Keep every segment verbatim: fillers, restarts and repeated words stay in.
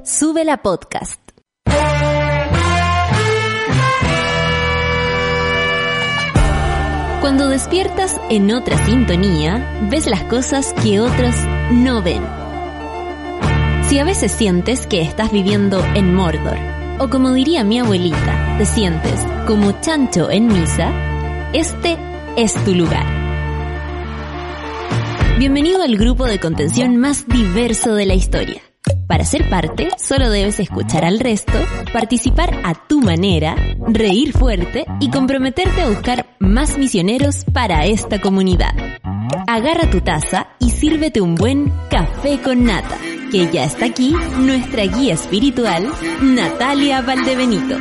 Sube la podcast. Cuando despiertas en otra sintonía, ves las cosas que otros no ven. Si a veces sientes que estás viviendo en Mordor, o como diría mi abuelita, te sientes como chancho en misa, este es tu lugar. Bienvenido al grupo de contención más diverso de la historia. Para ser parte, solo debes escuchar al resto, participar a tu manera, reír fuerte y comprometerte a buscar más misioneros para esta comunidad. Agarra tu taza y sírvete un buen café con nata, que ya está aquí nuestra guía espiritual, Natalia Valdebenito.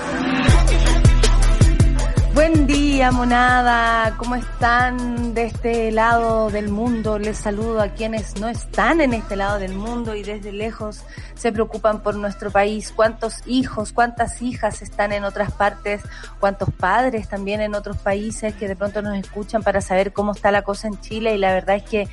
Buen día, monada, ¿cómo están de este lado del mundo? Les saludo a quienes no están en este lado del mundo y desde lejos se preocupan por nuestro país. ¿Cuántos hijos, cuántas hijas están en otras partes? ¿Cuántos padres también en otros países que de pronto nos escuchan para saber cómo está la cosa en Chile? Y la verdad es que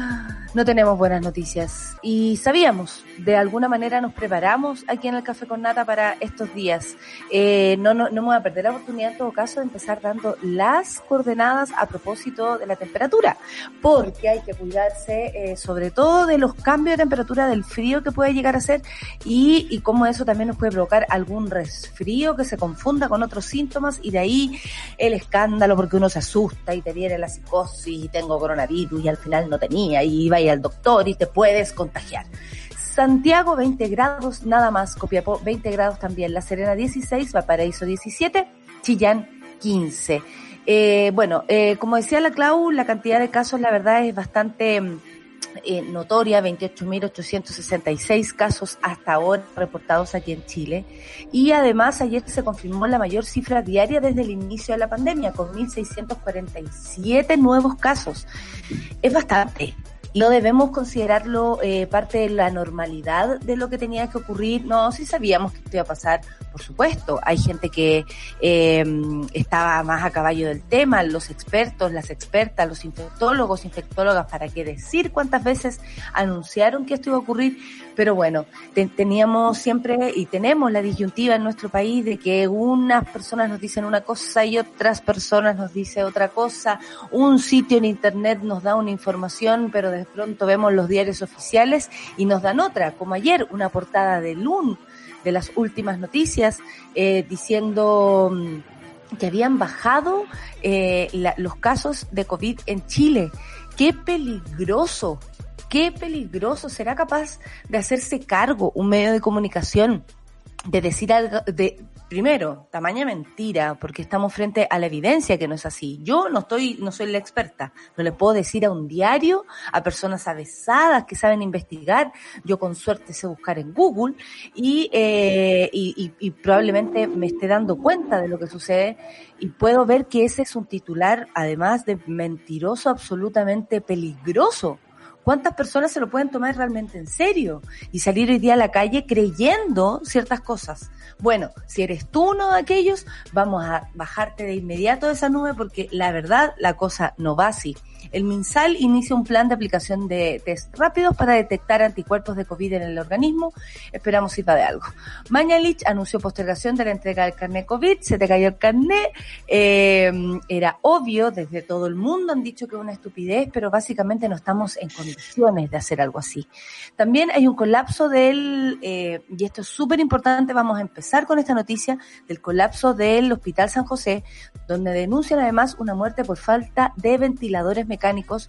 no tenemos buenas noticias. Y sabíamos, de alguna manera nos preparamos aquí en el Café con Nata para estos días. Eh, no, no, no me voy a perder la oportunidad en todo caso de empezar dando las coordenadas a propósito de la temperatura, porque hay que cuidarse eh, sobre todo de los cambios de temperatura, del frío que puede llegar a ser y, y cómo eso también nos puede provocar algún resfrío que se confunda con otros síntomas y de ahí el escándalo porque uno se asusta y te viene la psicosis y tengo coronavirus y al final no tenía y iba a ir al doctor y te puedes contagiar. Santiago veinte grados nada más, Copiapó veinte grados también, La Serena dieciséis, Valparaíso diecisiete, Chillán quince. Eh, bueno, eh, como decía la Clau, la cantidad de casos la verdad es bastante eh, notoria, veintiocho mil ochocientos sesenta y seis casos hasta ahora reportados aquí en Chile. Y además ayer se confirmó la mayor cifra diaria desde el inicio de la pandemia, con mil seiscientos cuarenta y siete nuevos casos. Es bastante. No debemos considerarlo eh, parte de la normalidad de lo que tenía que ocurrir. No, sí sabíamos que esto iba a pasar, por supuesto. Hay gente que eh, estaba más a caballo del tema, los expertos, las expertas, los infectólogos, infectólogas, para qué decir cuántas veces anunciaron que esto iba a ocurrir. Pero bueno, te, teníamos siempre y tenemos la disyuntiva en nuestro país de que unas personas nos dicen una cosa y otras personas nos dicen otra cosa. Un sitio en internet nos da una información, pero de pronto vemos los diarios oficiales y nos dan otra, como ayer, una portada de L U N, de las últimas noticias, eh, diciendo que habían bajado eh, la, los casos de COVID en Chile. ¡Qué peligroso! ¡Qué peligroso! ¿Será capaz de hacerse cargo un medio de comunicación de decir algo, de, primero, tamaña mentira, porque estamos frente a la evidencia que no es así? Yo no estoy, no soy la experta, no le puedo decir a un diario, a personas avesadas que saben investigar, yo con suerte sé buscar en Google y, eh, y, y, y probablemente me esté dando cuenta de lo que sucede y puedo ver que ese es un titular, además de mentiroso, absolutamente peligroso. ¿Cuántas personas se lo pueden tomar realmente en serio y salir hoy día a la calle creyendo ciertas cosas? Bueno, si eres tú uno de aquellos, vamos a bajarte de inmediato de esa nube porque la verdad la cosa no va así. El MinSal inicia un plan de aplicación de test rápidos para detectar anticuerpos de COVID en el organismo. Esperamos sirva de algo. Mañalich anunció postergación de la entrega del carnet COVID. Se te cayó el carnet. Eh, era obvio, desde todo el mundo han dicho que es una estupidez, pero básicamente no estamos en condiciones de hacer algo así. También hay un colapso del, eh, y esto es súper importante, vamos a empezar con esta noticia, del colapso del Hospital San José, donde denuncian además una muerte por falta de ventiladores mecánicos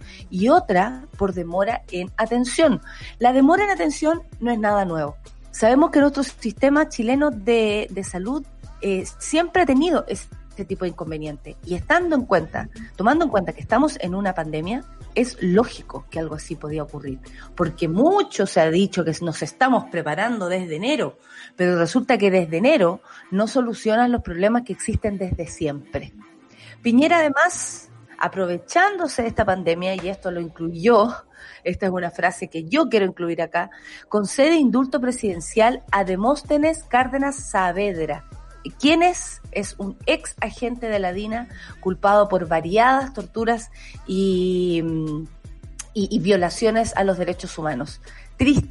y otra por demora en atención. La demora en atención no es nada nuevo. Sabemos que nuestro sistema chileno de, de salud eh, siempre ha tenido este tipo de inconveniente y estando en cuenta, tomando en cuenta que estamos en una pandemia, es lógico que algo así podía ocurrir, porque mucho se ha dicho que nos estamos preparando desde enero, pero resulta que desde enero no solucionan los problemas que existen desde siempre. Piñera además, aprovechándose de esta pandemia, y esto lo incluyó, esta es una frase que yo quiero incluir acá, concede indulto presidencial a Demóstenes Cárdenas Saavedra, quien es, es un ex agente de la DINA culpado por variadas torturas y, y, y violaciones a los derechos humanos. Triste,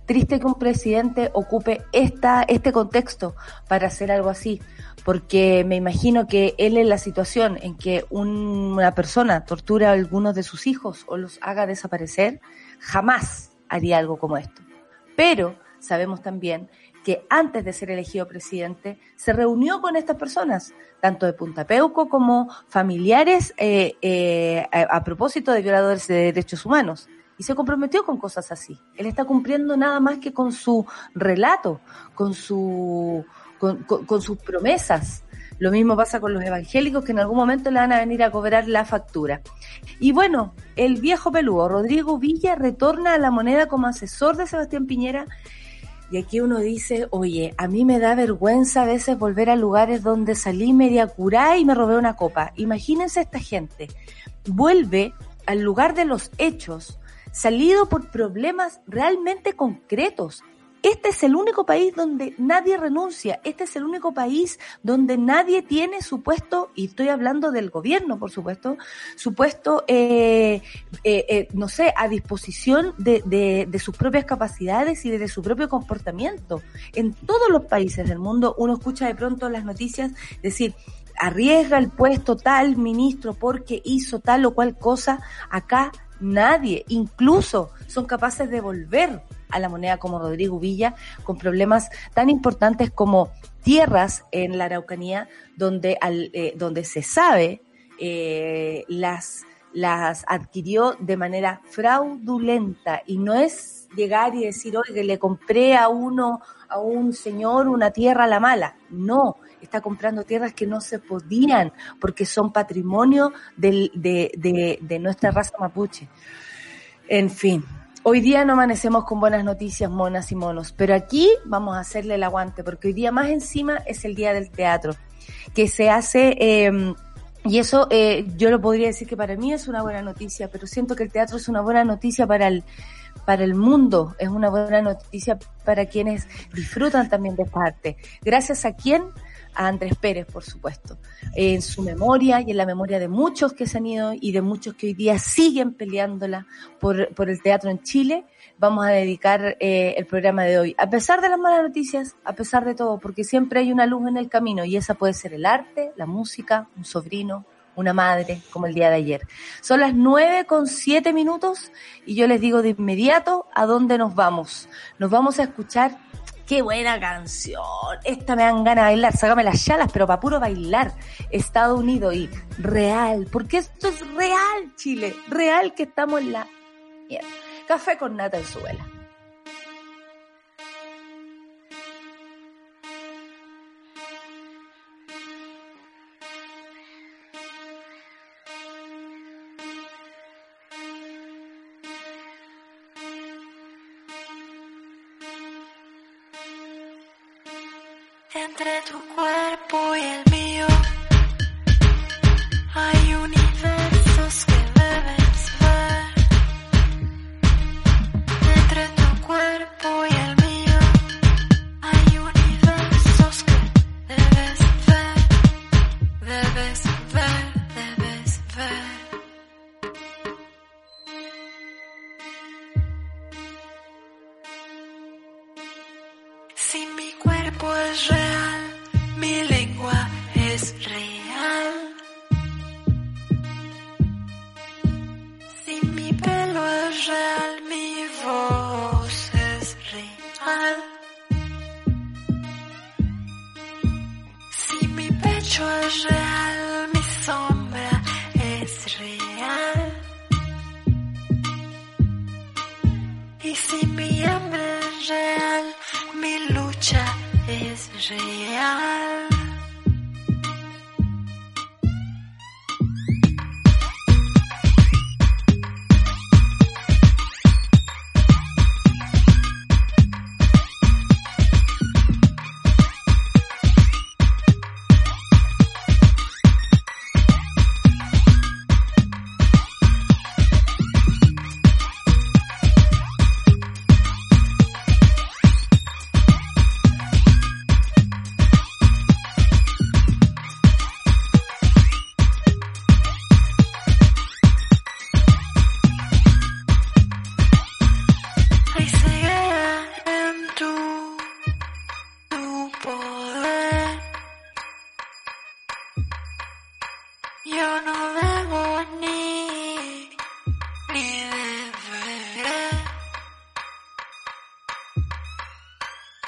triste que un presidente ocupe esta, este contexto para hacer algo así, porque me imagino que él en la situación en que un, una persona tortura a algunos de sus hijos o los haga desaparecer, jamás haría algo como esto. Pero sabemos también que antes de ser elegido presidente se reunió con estas personas, tanto de Punta Peuco como familiares eh, eh, a, a propósito de violadores de derechos humanos, y se comprometió con cosas así. Él está cumpliendo nada más que con su relato, con su con, con, con sus promesas. Lo mismo pasa con los evangélicos, que en algún momento le van a venir a cobrar la factura. Y bueno, el viejo peludo, Rodrigo Villa, retorna a La Moneda como asesor de Sebastián Piñera. Y aquí uno dice, oye, a mí me da vergüenza a veces volver a lugares donde salí media curá y me robé una copa. Imagínense esta gente, vuelve al lugar de los hechos, salido por problemas realmente concretos. Este es el único país donde nadie renuncia, este es el único país donde nadie tiene su puesto, y estoy hablando del gobierno, por supuesto, su puesto, eh, eh, eh, no sé, a disposición de, de, de sus propias capacidades y de, de su propio comportamiento. En todos los países del mundo uno escucha de pronto las noticias decir, arriesga el puesto tal ministro porque hizo tal o cual cosa. Acá nadie, incluso son capaces de volver a La Moneda como Rodrigo Villa, con problemas tan importantes como tierras en la Araucanía, donde al, eh, donde se sabe eh, las las adquirió de manera fraudulenta, y no es llegar y decir, oye, le compré a uno, a un señor una tierra a la mala. No, está comprando tierras que no se podían, porque son patrimonio del, de, de, de nuestra raza mapuche. En fin, hoy día no amanecemos con buenas noticias, monas y monos, pero aquí vamos a hacerle el aguante, porque hoy día más encima es el Día del Teatro, que se hace, eh, y eso eh, yo lo podría decir que para mí es una buena noticia, pero siento que el teatro es una buena noticia para el para el mundo, es una buena noticia para quienes disfrutan también de esta arte. Gracias a quién, a Andrés Pérez, por supuesto, en su memoria y en la memoria de muchos que se han ido y de muchos que hoy día siguen peleándola por, por el teatro en Chile. Vamos a dedicar eh, el programa de hoy, a pesar de las malas noticias, a pesar de todo, porque siempre hay una luz en el camino, y esa puede ser el arte, la música, un sobrino, una madre, como el día de ayer. Son las nueve con siete minutos y yo les digo de inmediato a dónde nos vamos. Nos vamos a escuchar. ¡Qué buena canción! Esta me dan ganas de bailar, sácame las chalas, pero para puro bailar. Estados Unidos y real, porque esto es real, Chile, real que estamos en la mierda. Café con nata en su vela. Entre tu cuerpo y el mío hay universos que debes ver. Entre tu cuerpo y el mío hay universos que debes ver, debes ver, debes ver. Si mi cuerpo es real, mi lengua es real. Si mi pelo es real, mi voz es real. Si mi pecho es real, mi sombra es real. Y si mi hambre es real, mi lucha es real.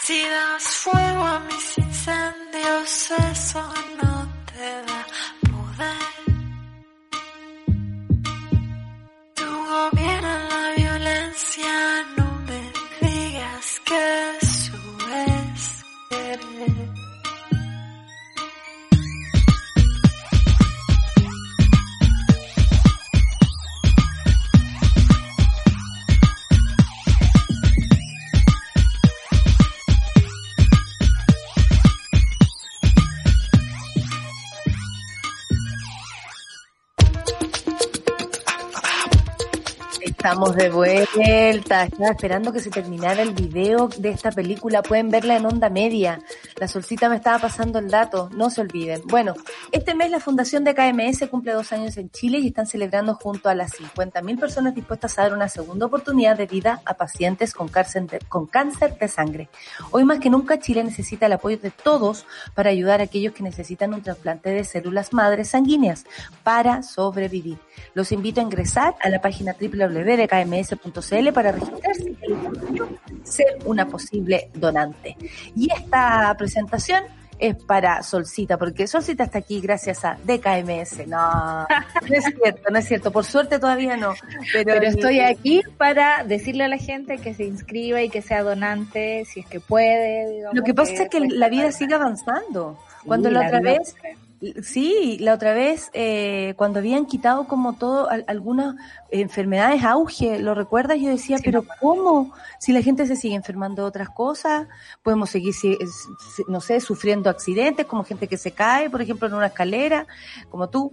Si das fuego a mis incendios, eso no te da poder. Tú gobiernas la violencia, no me digas que eso es querer. Estamos de vuelta. Estaba esperando que se terminara el video de esta película. Pueden verla en Onda Media. La Solcita me estaba pasando el dato. No se olviden. Bueno, este mes la Fundación de K M S cumple dos años en Chile y están celebrando junto a las cincuenta mil personas dispuestas a dar una segunda oportunidad de vida a pacientes con cáncer de, con cáncer de sangre. Hoy más que nunca Chile necesita el apoyo de todos para ayudar a aquellos que necesitan un trasplante de células madres sanguíneas para sobrevivir. Los invito a ingresar a la página doble u doble u doble u punto k m s punto c l para registrarse y ser una posible donante. Y esta presentación es para Solcita, porque Solcita está aquí gracias a D K M S. No, no es cierto, no es cierto. Por suerte todavía no. Pero, pero estoy aquí para decirle a la gente que se inscriba y que sea donante, si es que puede. Digamos, lo que pasa que es que la vida sigue avanzando. Sí, cuando la, la otra vez... Sí, la otra vez, eh, cuando habían quitado como todo, al, algunas enfermedades auge, ¿lo recuerdas? Yo decía, sí, pero no, ¿cómo? Si la gente se sigue enfermando de otras cosas, podemos seguir, si, si, no sé, sufriendo accidentes, como gente que se cae, por ejemplo, en una escalera, como tú,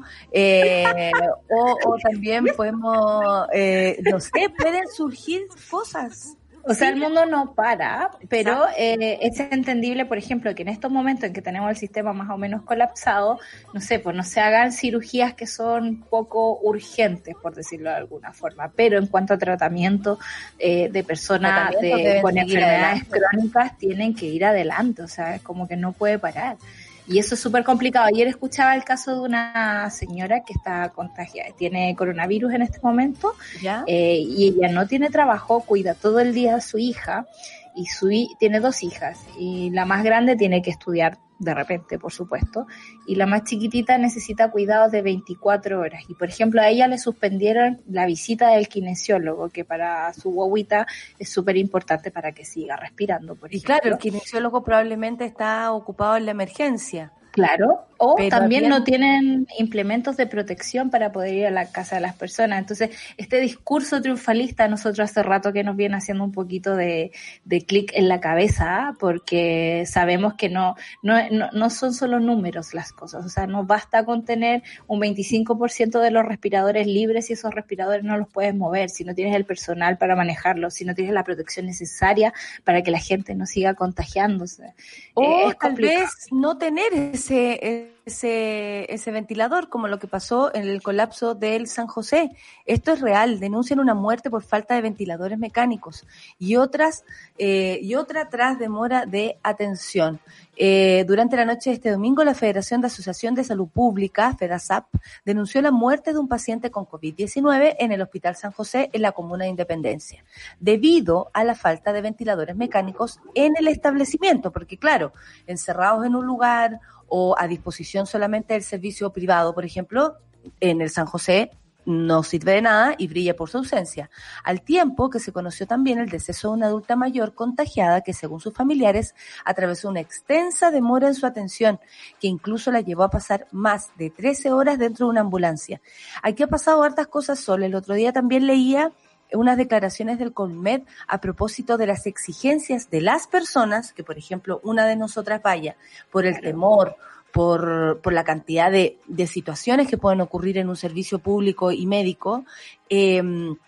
eh, o, o también podemos, eh, no sé, pueden surgir cosas. O sea, el mundo no para, pero eh, es entendible, por ejemplo, que en estos momentos en que tenemos el sistema más o menos colapsado, no sé, pues no se hagan cirugías que son poco urgentes, por decirlo de alguna forma, pero en cuanto a tratamiento eh, de personas de, con enfermedades crónicas, tienen que ir adelante, o sea, es como que no puede parar. Y eso es súper complicado. Ayer escuchaba el caso de una señora que está contagiada, tiene coronavirus en este momento, ¿ya? Eh, y ella no tiene trabajo, cuida todo el día a su hija, y su tiene dos hijas, y la más grande tiene que estudiar de repente, por supuesto, y la más chiquitita necesita cuidados de veinticuatro horas. Y, por ejemplo, a ella le suspendieron la visita del kinesiólogo, que para su guaguita es súper importante para que siga respirando, por ejemplo. Y claro, el kinesiólogo probablemente está ocupado en la emergencia. Claro, o pero también bien, no tienen implementos de protección para poder ir a la casa de las personas. Entonces, este discurso triunfalista a nosotros hace rato que nos viene haciendo un poquito de, de clic en la cabeza, porque sabemos que no, no, no, no son solo números las cosas. O sea, no basta con tener un veinticinco por ciento de los respiradores libres y esos respiradores no los puedes mover, si no tienes el personal para manejarlos, si no tienes la protección necesaria para que la gente no siga contagiándose. O eh, es tal complicado. vez no tener ese, ese, ese ventilador, como lo que pasó en el colapso del San José. Esto es real, denuncian una muerte por falta de ventiladores mecánicos y otras eh, y otra tras demora de atención. Eh, durante la noche de este domingo, la Federación de Asociación de Salud Pública, FEDASAP, denunció la muerte de un paciente con covid diecinueve en el Hospital San José en la comuna de Independencia, debido a la falta de ventiladores mecánicos en el establecimiento, porque claro, encerrados en un lugar o a disposición solamente del servicio privado, por ejemplo, en el San José, no sirve de nada y brilla por su ausencia. Al tiempo que se conoció también el deceso de una adulta mayor contagiada que, según sus familiares, atravesó una extensa demora en su atención, que incluso la llevó a pasar más de trece horas dentro de una ambulancia. Aquí ha pasado hartas cosas sola. El otro día también leía unas declaraciones del Colmed a propósito de las exigencias de las personas, que por ejemplo una de nosotras vaya por el temor, por, por la cantidad de, de situaciones que pueden ocurrir en un servicio público y médico, eh,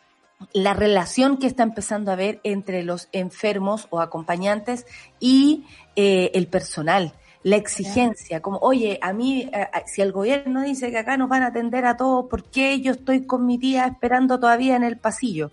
la relación que está empezando a haber entre los enfermos o acompañantes y eh, el personal. La exigencia, como, oye, a mí, eh, si el gobierno dice que acá nos van a atender a todos, ¿por qué yo estoy con mi tía esperando todavía en el pasillo?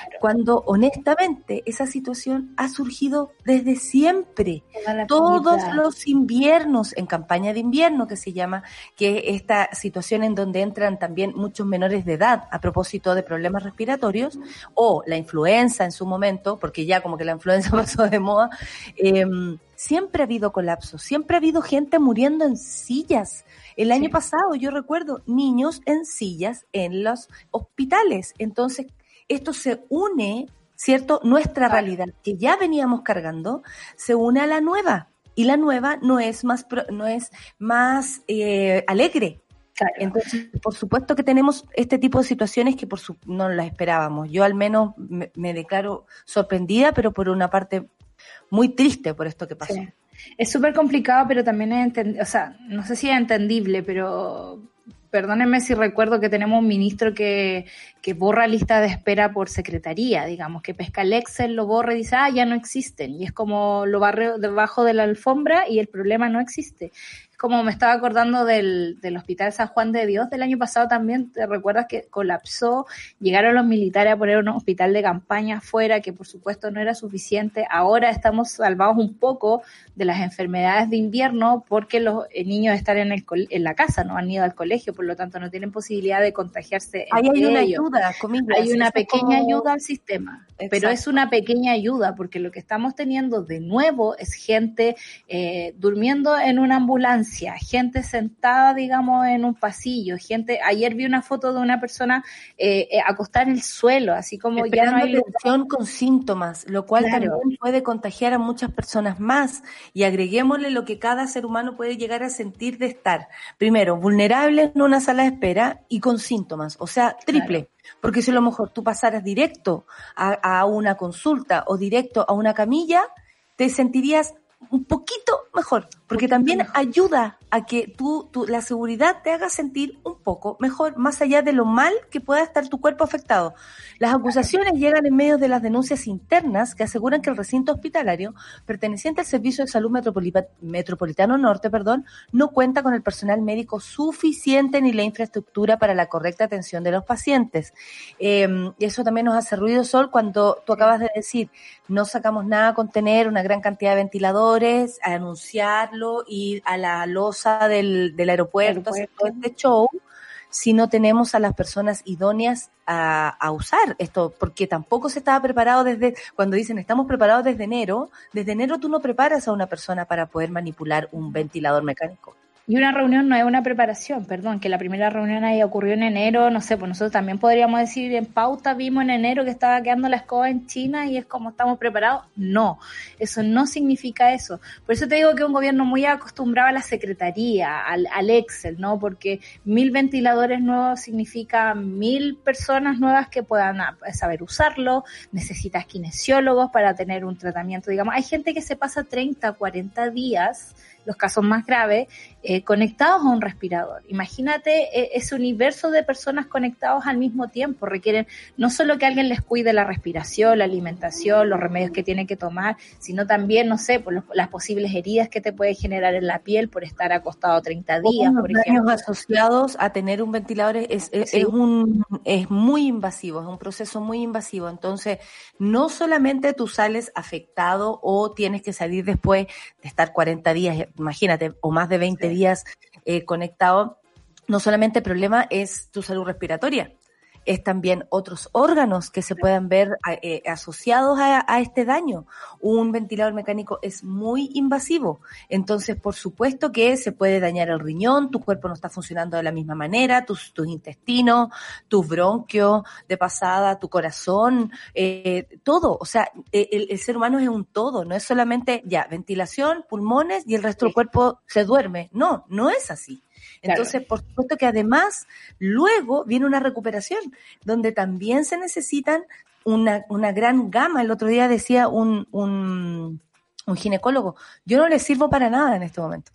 Claro. Cuando honestamente esa situación ha surgido desde siempre. Todos vida. Los inviernos, en campaña de invierno que se llama, que es esta situación en donde entran también muchos menores de edad a propósito de problemas respiratorios, o la influenza en su momento, porque ya como que la influenza pasó de moda, eh, siempre ha habido colapsos, siempre ha habido gente muriendo en sillas. El año sí. pasado yo recuerdo niños en sillas en los hospitales. Entonces, esto se une, ¿cierto? Nuestra claro. realidad, que ya veníamos cargando, se une a la nueva. Y la nueva no es más, no es más eh, alegre. Claro. Entonces, por supuesto que tenemos este tipo de situaciones que por su, no las esperábamos. Yo al menos me, me declaro sorprendida, pero por una parte muy triste por esto que pasó. Sí. Es súper complicado, pero también es entendible, o sea, no sé si es entendible, pero perdónenme si recuerdo que tenemos un ministro que, que borra lista de espera por secretaría, digamos, que pesca el Excel, lo borra y dice, ah, ya no existen, y es como lo barre debajo de la alfombra y el problema no existe. Como me estaba acordando del, del Hospital San Juan de Dios del año pasado también, ¿te recuerdas que colapsó? Llegaron los militares a poner un hospital de campaña afuera, que por supuesto no era suficiente. Ahora estamos salvados un poco de las enfermedades de invierno porque los niños están en, el, en la casa, no han ido al colegio, por lo tanto no tienen posibilidad de contagiarse. Ahí hay una ellos. ayuda, comillas. Hay una pequeña como... ayuda al sistema. Exacto. Pero es una pequeña ayuda, porque lo que estamos teniendo de nuevo es gente eh, durmiendo en una ambulancia, gente sentada, digamos, en un pasillo, gente, ayer vi una foto de una persona eh, eh, acostada en el suelo, así como esperando ya no hay atención con síntomas, lo cual claro. también puede contagiar a muchas personas más, y agreguémosle lo que cada ser humano puede llegar a sentir de estar, primero, vulnerable en una sala de espera y con síntomas, o sea, triple. Claro. Porque si a lo mejor tú pasaras directo a, a una consulta o directo a una camilla, te sentirías un poquito mejor, porque también mejor. ayuda a que tú, tú, la seguridad te haga sentir un poco mejor, más allá de lo mal que pueda estar tu cuerpo afectado. Las acusaciones llegan en medio de las denuncias internas que aseguran que el recinto hospitalario, perteneciente al Servicio de Salud Metropolita, Metropolitano Norte, perdón, no cuenta con el personal médico suficiente ni la infraestructura para la correcta atención de los pacientes. Eh, y eso también nos hace ruido, Sol, cuando tú acabas de decir, no sacamos nada con tener una gran cantidad de ventiladores, a anunciarlo, ir a la losa del, del aeropuerto, hacer todo este show, si no tenemos a las personas idóneas a, a usar esto, porque tampoco se estaba preparado desde, cuando dicen estamos preparados desde enero, desde enero tú no preparas a una persona para poder manipular un ventilador mecánico. Y una reunión no es una preparación, perdón, que la primera reunión ahí ocurrió en enero, no sé, pues nosotros también podríamos decir en pauta, vimos en enero que estaba quedando la escoba en China y es como estamos preparados. No, eso no significa eso. Por eso te digo que un gobierno muy acostumbrado a la secretaría, al, al Excel, ¿no? Porque mil ventiladores nuevos significa mil personas nuevas que puedan saber usarlo, necesitas kinesiólogos para tener un tratamiento, digamos. Hay gente que se pasa treinta, cuarenta días, los casos más graves, eh, conectados a un respirador. Imagínate eh, ese universo de personas conectados al mismo tiempo. Requieren no solo que alguien les cuide la respiración, la alimentación, los remedios que tienen que tomar, sino también, no sé, por los, las posibles heridas que te puede generar en la piel por estar acostado treinta días, por ejemplo. Los daños asociados a tener un ventilador es, es, sí. es, un, es muy invasivo, es un proceso muy invasivo. Entonces, no solamente tú sales afectado o tienes que salir después de estar cuarenta días, imagínate, o más de veinte sí. días eh, conectado, no solamente el problema es tu salud respiratoria, es también otros órganos que se puedan ver eh, asociados a, a este daño. Un ventilador mecánico es muy invasivo, entonces por supuesto que se puede dañar el riñón, tu cuerpo no está funcionando de la misma manera, tus, tus intestinos, tus bronquios de pasada, tu corazón, eh, todo, o sea, el, el ser humano es un todo, no es solamente ya ventilación, pulmones y el resto sí. del cuerpo se duerme, no, no es así. Entonces, claro. por supuesto que además, luego viene una recuperación, donde también se necesitan una, una gran gama. El otro día decía un, un, un ginecólogo, yo no le sirvo para nada en este momento.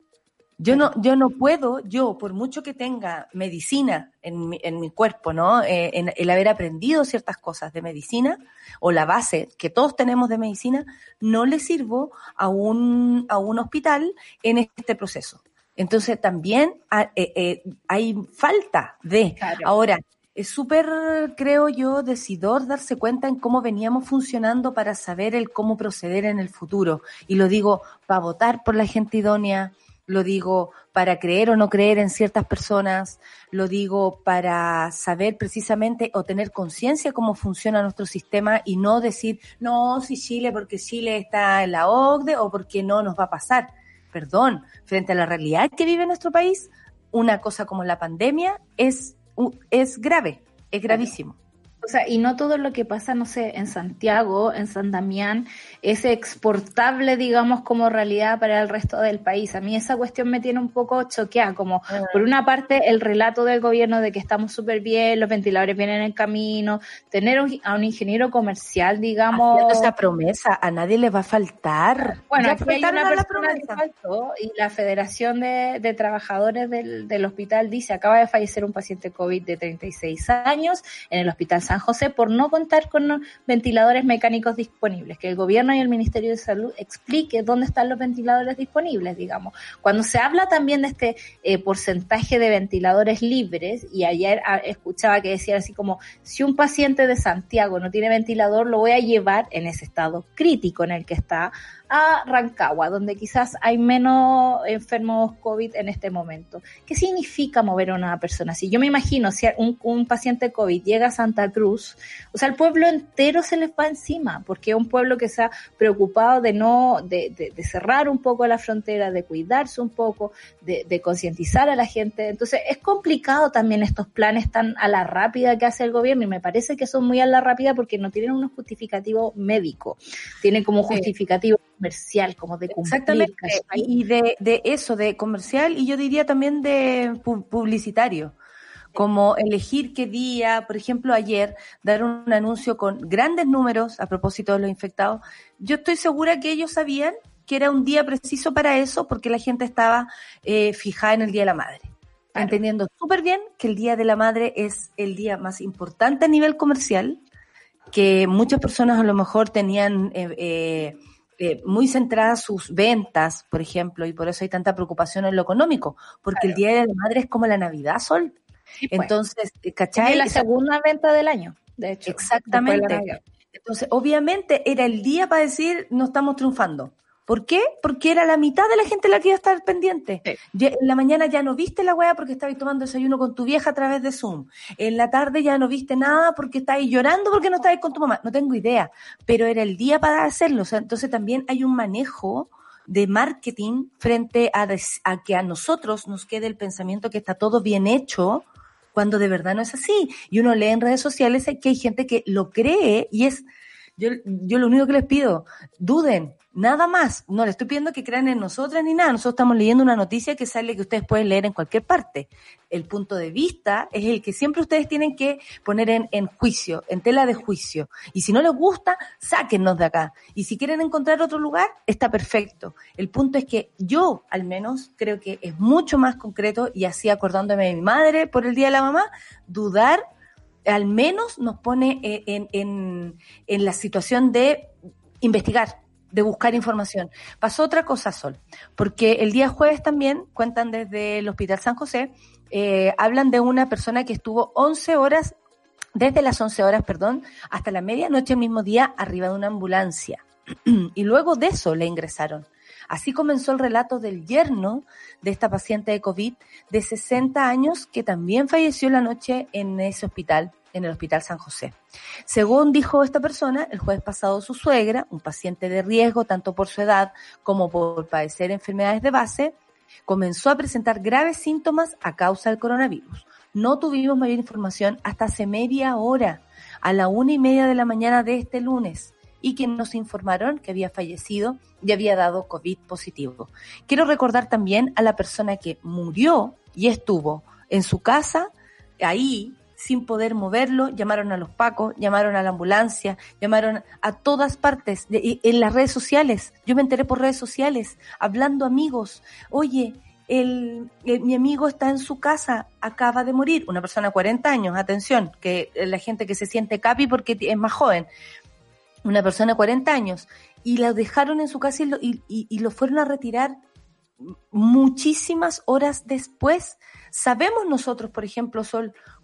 Yo no, yo no puedo, yo, por mucho que tenga medicina en mi, en mi cuerpo, ¿no? Eh, en el haber aprendido ciertas cosas de medicina, o la base que todos tenemos de medicina, no le sirvo a un, a un hospital en este proceso. Entonces también eh, eh, hay falta de... Claro. Ahora, Es súper, creo yo, decidor darse cuenta en cómo veníamos funcionando para saber el cómo proceder en el futuro. Y lo digo para votar por la gente idónea, lo digo para creer o no creer en ciertas personas, lo digo para saber precisamente o tener conciencia cómo funciona nuestro sistema y no decir, no, si Chile, porque Chile está en la O C D E o porque no nos va a pasar. Perdón, frente a la realidad que vive nuestro país, una cosa como la pandemia es es grave, es gravísimo. O sea, y no todo lo que pasa, no sé, en Santiago, en San Damián, es exportable, digamos, como realidad para el resto del país. A mí esa cuestión me tiene un poco choqueada, como uh-huh. por una parte el relato del gobierno de que estamos súper bien, los ventiladores vienen en camino, tener un, a un ingeniero comercial, digamos... Haciendo esa promesa, a nadie le va a faltar. Bueno, aquí hay una persona que faltó y la Federación de, de Trabajadores del, del hospital dice, acaba de fallecer un paciente COVID de treinta y seis años en el hospital San José por no contar con ventiladores mecánicos disponibles, que el gobierno y el Ministerio de Salud explique dónde están los ventiladores disponibles, digamos. Cuando se habla también de este eh, porcentaje de ventiladores libres, y ayer a, escuchaba que decía así como, si un paciente de Santiago no tiene ventilador, lo voy a llevar en ese estado crítico en el que está a Rancagua, donde quizás hay menos enfermos COVID en este momento. ¿Qué significa mover a una persona así? Yo me imagino, si un, un paciente COVID llega a Santa Cruz, o sea, el pueblo entero se les va encima, porque es un pueblo que se ha preocupado de no, de, de, de cerrar un poco la frontera, de cuidarse un poco, de, de concientizar a la gente. Entonces, es complicado también estos planes tan a la rápida que hace el gobierno, y me parece que son muy a la rápida porque no tienen un justificativo médico, tienen como justificativo sí. comercial, como de cumplir. Exactamente, y de, de eso, de comercial, y yo diría también de publicitario, como elegir qué día, por ejemplo, ayer, dar un anuncio con grandes números a propósito de los infectados. Yo estoy segura que ellos sabían que era un día preciso para eso, porque la gente estaba eh, fijada en el Día de la Madre. Claro. Entendiendo súper bien que el Día de la Madre es el día más importante a nivel comercial, que muchas personas a lo mejor tenían... Eh, eh, Eh, muy centradas sus ventas, por ejemplo, y por eso hay tanta preocupación en lo económico, porque claro. el Día de la Madre es como la Navidad, Sol. Sí, pues. Entonces, ¿cachai? Es la segunda venta del año, de hecho. Exactamente. Entonces, obviamente, era el día para decir, no estamos triunfando. ¿Por qué? Porque era la mitad de la gente la que iba a estar pendiente. Sí. Ya, en la mañana ya no viste la weá porque estabas tomando desayuno con tu vieja a través de Zoom. En la tarde ya no viste nada porque estabas llorando porque no estabas con tu mamá. No tengo idea, pero era el día para hacerlo. O sea, entonces también hay un manejo de marketing frente a, des, a que a nosotros nos quede el pensamiento que está todo bien hecho cuando de verdad no es así. Y uno lee en redes sociales que hay gente que lo cree y es... Yo, yo lo único que les pido, duden, nada más. No les estoy pidiendo que crean en nosotras ni nada. Nosotros estamos leyendo una noticia que sale que ustedes pueden leer en cualquier parte. El punto de vista es el que siempre ustedes tienen que poner en, en juicio, en tela de juicio. Y si no les gusta, sáquennos de acá. Y si quieren encontrar otro lugar, está perfecto. El punto es que yo, al menos, creo que es mucho más concreto, y así acordándome de mi madre por el Día de la Mamá, dudar al menos nos pone en, en, en la situación de investigar, de buscar información. Pasó otra cosa, Sol, porque el día jueves también, cuentan desde el Hospital San José, eh, hablan de una persona que estuvo once horas, desde las once horas, perdón, hasta la medianoche el mismo día arriba de una ambulancia. Y luego de eso le ingresaron. Así comenzó el relato del yerno de esta paciente de COVID de sesenta años que también falleció la noche en ese hospital, en el Hospital San José. Según dijo esta persona, el jueves pasado su suegra, un paciente de riesgo tanto por su edad como por padecer enfermedades de base, comenzó a presentar graves síntomas a causa del coronavirus. No tuvimos mayor información hasta hace media hora, a la una y media de la mañana de este lunes, y que nos informaron que había fallecido y había dado COVID positivo. Quiero recordar también a la persona que murió y estuvo en su casa, ahí, sin poder moverlo, llamaron a los pacos, llamaron a la ambulancia, llamaron a todas partes, de, en las redes sociales. Yo me enteré por redes sociales, hablando amigos. Oye, el, el, mi amigo está en su casa, acaba de morir. Una persona de cuarenta años, atención, que la gente que se siente capi porque es más joven. Una persona de cuarenta años, y la dejaron en su casa y lo, y, y, y lo fueron a retirar muchísimas horas después. Sabemos nosotros, por ejemplo, Sol,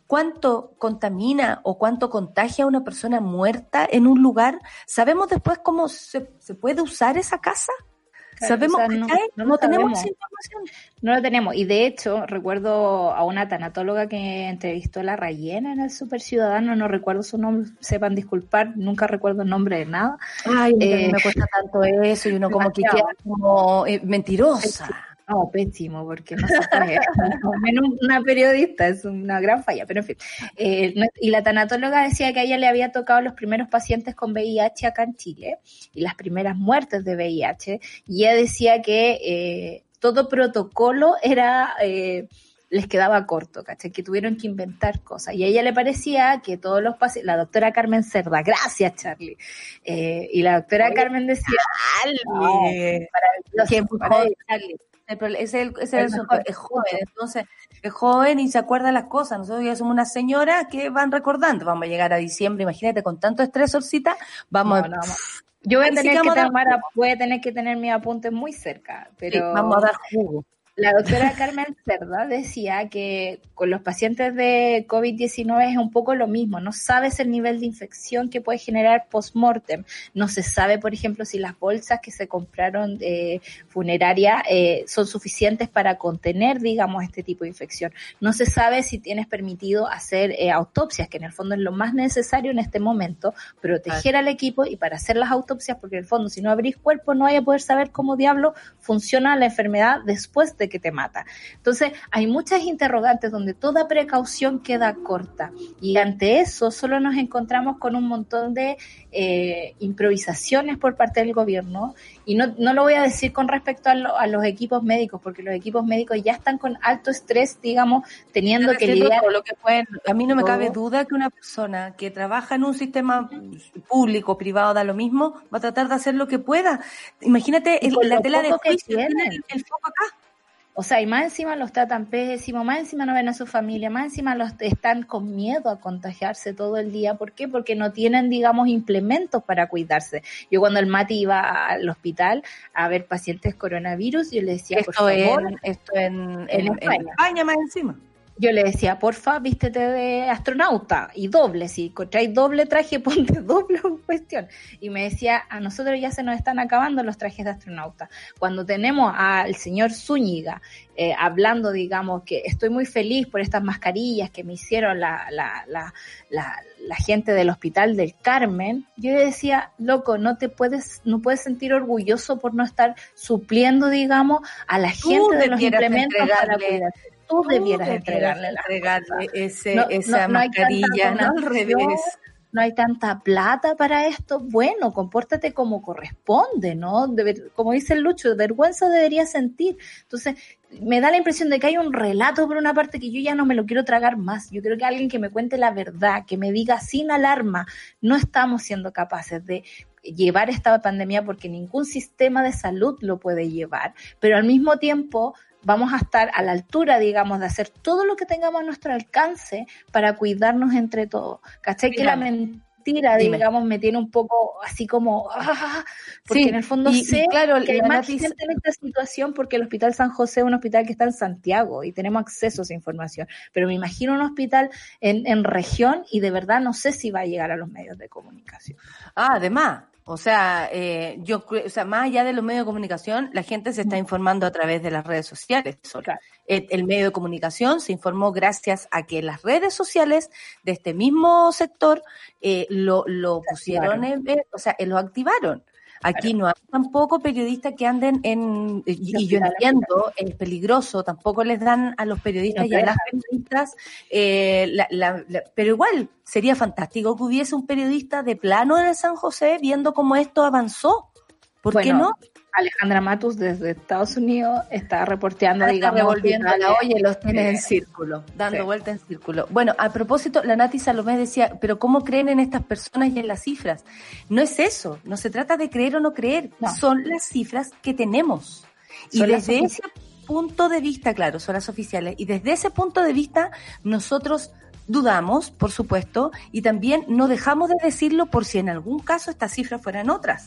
cuánto contamina o cuánto contagia a una persona muerta en un lugar? ¿Sabemos después cómo se, se puede usar esa casa? Claro, ¿Sabemos o sea, que no, hay? no No, lo tenemos sabemos. esa información. No lo tenemos. Y de hecho, recuerdo a una tanatóloga que entrevistó a la Rayena en el Super Ciudadano, no recuerdo su nombre, sepan disculpar, nunca recuerdo el nombre de nada. Ay, a mí Eh, me cuesta tanto eso y uno como que demasiado. queda como eh, mentirosa. No, pésimo, porque no se puede. Al menos una periodista es una gran falla, pero en fin. Eh, no- y la tanatóloga decía que a ella le había tocado los primeros pacientes con V I H acá en Chile y las primeras muertes de V I H, y ella decía que eh, todo protocolo era... Eh, les quedaba corto, ¿cachai? Que tuvieron que inventar cosas. Y a ella le parecía que todos los pacientes, la doctora Carmen Cerda, gracias Charlie, eh, y la doctora Oye, Carmen decía, no, Dale. maravilloso, Que es muy maravilloso. joven, Charlie. El pro- Ese es el, ese es el El asunto. mejor. Es joven, entonces es joven y se acuerda las cosas. Nosotros ya somos unas señoras que van recordando. Vamos a llegar a diciembre, imagínate, con tanto estrés, Solcita, vamos No, a... no, no. Yo voy a Ahí sí tener que que vamos a dar tomar, a- voy a tener que tener mis apuntes muy cerca, sí, pero vamos a dar jugo. la doctora Carmen Cerda decía que con los pacientes de COVID diecinueve es un poco lo mismo. No sabes el nivel de infección que puede generar post-mortem. No se sabe, por ejemplo, si las bolsas que se compraron de funeraria eh, son suficientes para contener, digamos, este tipo de infección. No se sabe si tienes permitido hacer eh, autopsias, que en el fondo es lo más necesario en este momento, proteger al equipo y para hacer las autopsias, porque en el fondo si no abrís cuerpo no vaya a poder saber cómo diablo funciona la enfermedad después de que te mata. Entonces hay muchas interrogantes donde toda precaución queda corta y ante eso solo nos encontramos con un montón de eh, improvisaciones por parte del gobierno y no, no lo voy a decir con respecto a, lo, a los equipos médicos porque los equipos médicos ya están con alto estrés, digamos, teniendo que Haciendo lidiar todo lo que pueden. A mí no me todo. cabe duda que una persona que trabaja en un sistema público, privado, da lo mismo, va a tratar de hacer lo que pueda. Imagínate Y el- con la lo tela de poco que juicio, tienen. tiene el, el foco acá. O sea, y más encima los tratan pésimo, más encima no ven a su familia, más encima los están con miedo a contagiarse todo el día. ¿Por qué? Porque no tienen, digamos, implementos para cuidarse. Yo cuando el Mati iba al hospital a ver pacientes coronavirus, yo le decía, por Esto favor, en, esto en, en en, en España. España más encima. yo le decía, porfa, vístete de astronauta y doble, si encontráis doble traje, ponte doble cuestión. Y me decía, a nosotros ya se nos están acabando los trajes de astronauta. Cuando tenemos al señor Zúñiga eh, hablando, digamos, que estoy muy feliz por estas mascarillas que me hicieron la, la, la, la, la gente del Hospital del Carmen, yo le decía, loco, no te puedes, no puedes sentir orgulloso por no estar supliendo, digamos, a la Tú gente de los debieras implementos para entregarle- cuidarse. Tú, Tú debieras debieras entregarle las entregarle cosas. ese, No- esa no- no hay tanta mascarilla, no al donación, revés. No hay tanta plata para esto. Bueno, compórtate como corresponde, ¿no? Debe- como dice el Lucho, vergüenza debería sentir. Entonces, me da la impresión de que hay un relato por una parte que yo ya no me lo quiero tragar más. Yo creo que alguien que me cuente la verdad, que me diga sin alarma, no estamos siendo capaces de llevar esta pandemia porque ningún sistema de salud lo puede llevar, pero al mismo tiempo vamos a estar a la altura, digamos, de hacer todo lo que tengamos a nuestro alcance para cuidarnos entre todos. ¿Cachai? Que la mentira, Dime. digamos, me tiene un poco así como, ah, porque Sí, en el fondo y- y sé claro, que hay la más Nati- gente en esta situación porque el Hospital San José es un hospital que está en Santiago y tenemos acceso a esa información, pero me imagino un hospital en, en región y de verdad no sé si va a llegar a los medios de comunicación. Ah, además, o sea, eh, yo, cre- o sea, más allá de los medios de comunicación, la gente se está informando a través de las redes sociales. Sol. Claro. El, el medio de comunicación se informó gracias a que las redes sociales de este mismo sector eh, lo, lo pusieron, en, eh, o sea, eh, lo activaron. Aquí no hay tampoco periodistas que anden en, y, y yo entiendo, es peligroso, tampoco les dan a los periodistas y a las periodistas, eh, la, la, la, pero igual sería fantástico que hubiese un periodista de plano de San José viendo cómo esto avanzó. ¿Por Bueno, qué no? Alejandra Matus desde Estados Unidos está reporteando, Está digamos, revolviendo la hospitales. olla y los tienes en Sí. círculo, dando Sí. vuelta en círculo. Bueno, a propósito, la Nati Salomé decía, pero ¿cómo creen en estas personas y en las cifras? No es eso, no se trata de creer o no creer, No. son las cifras que tenemos. Y Son las desde oficiales. ese punto de vista, claro, son las oficiales, y desde ese punto de vista nosotros dudamos, por supuesto, y también no dejamos de decirlo por si en algún caso estas cifras fueran otras.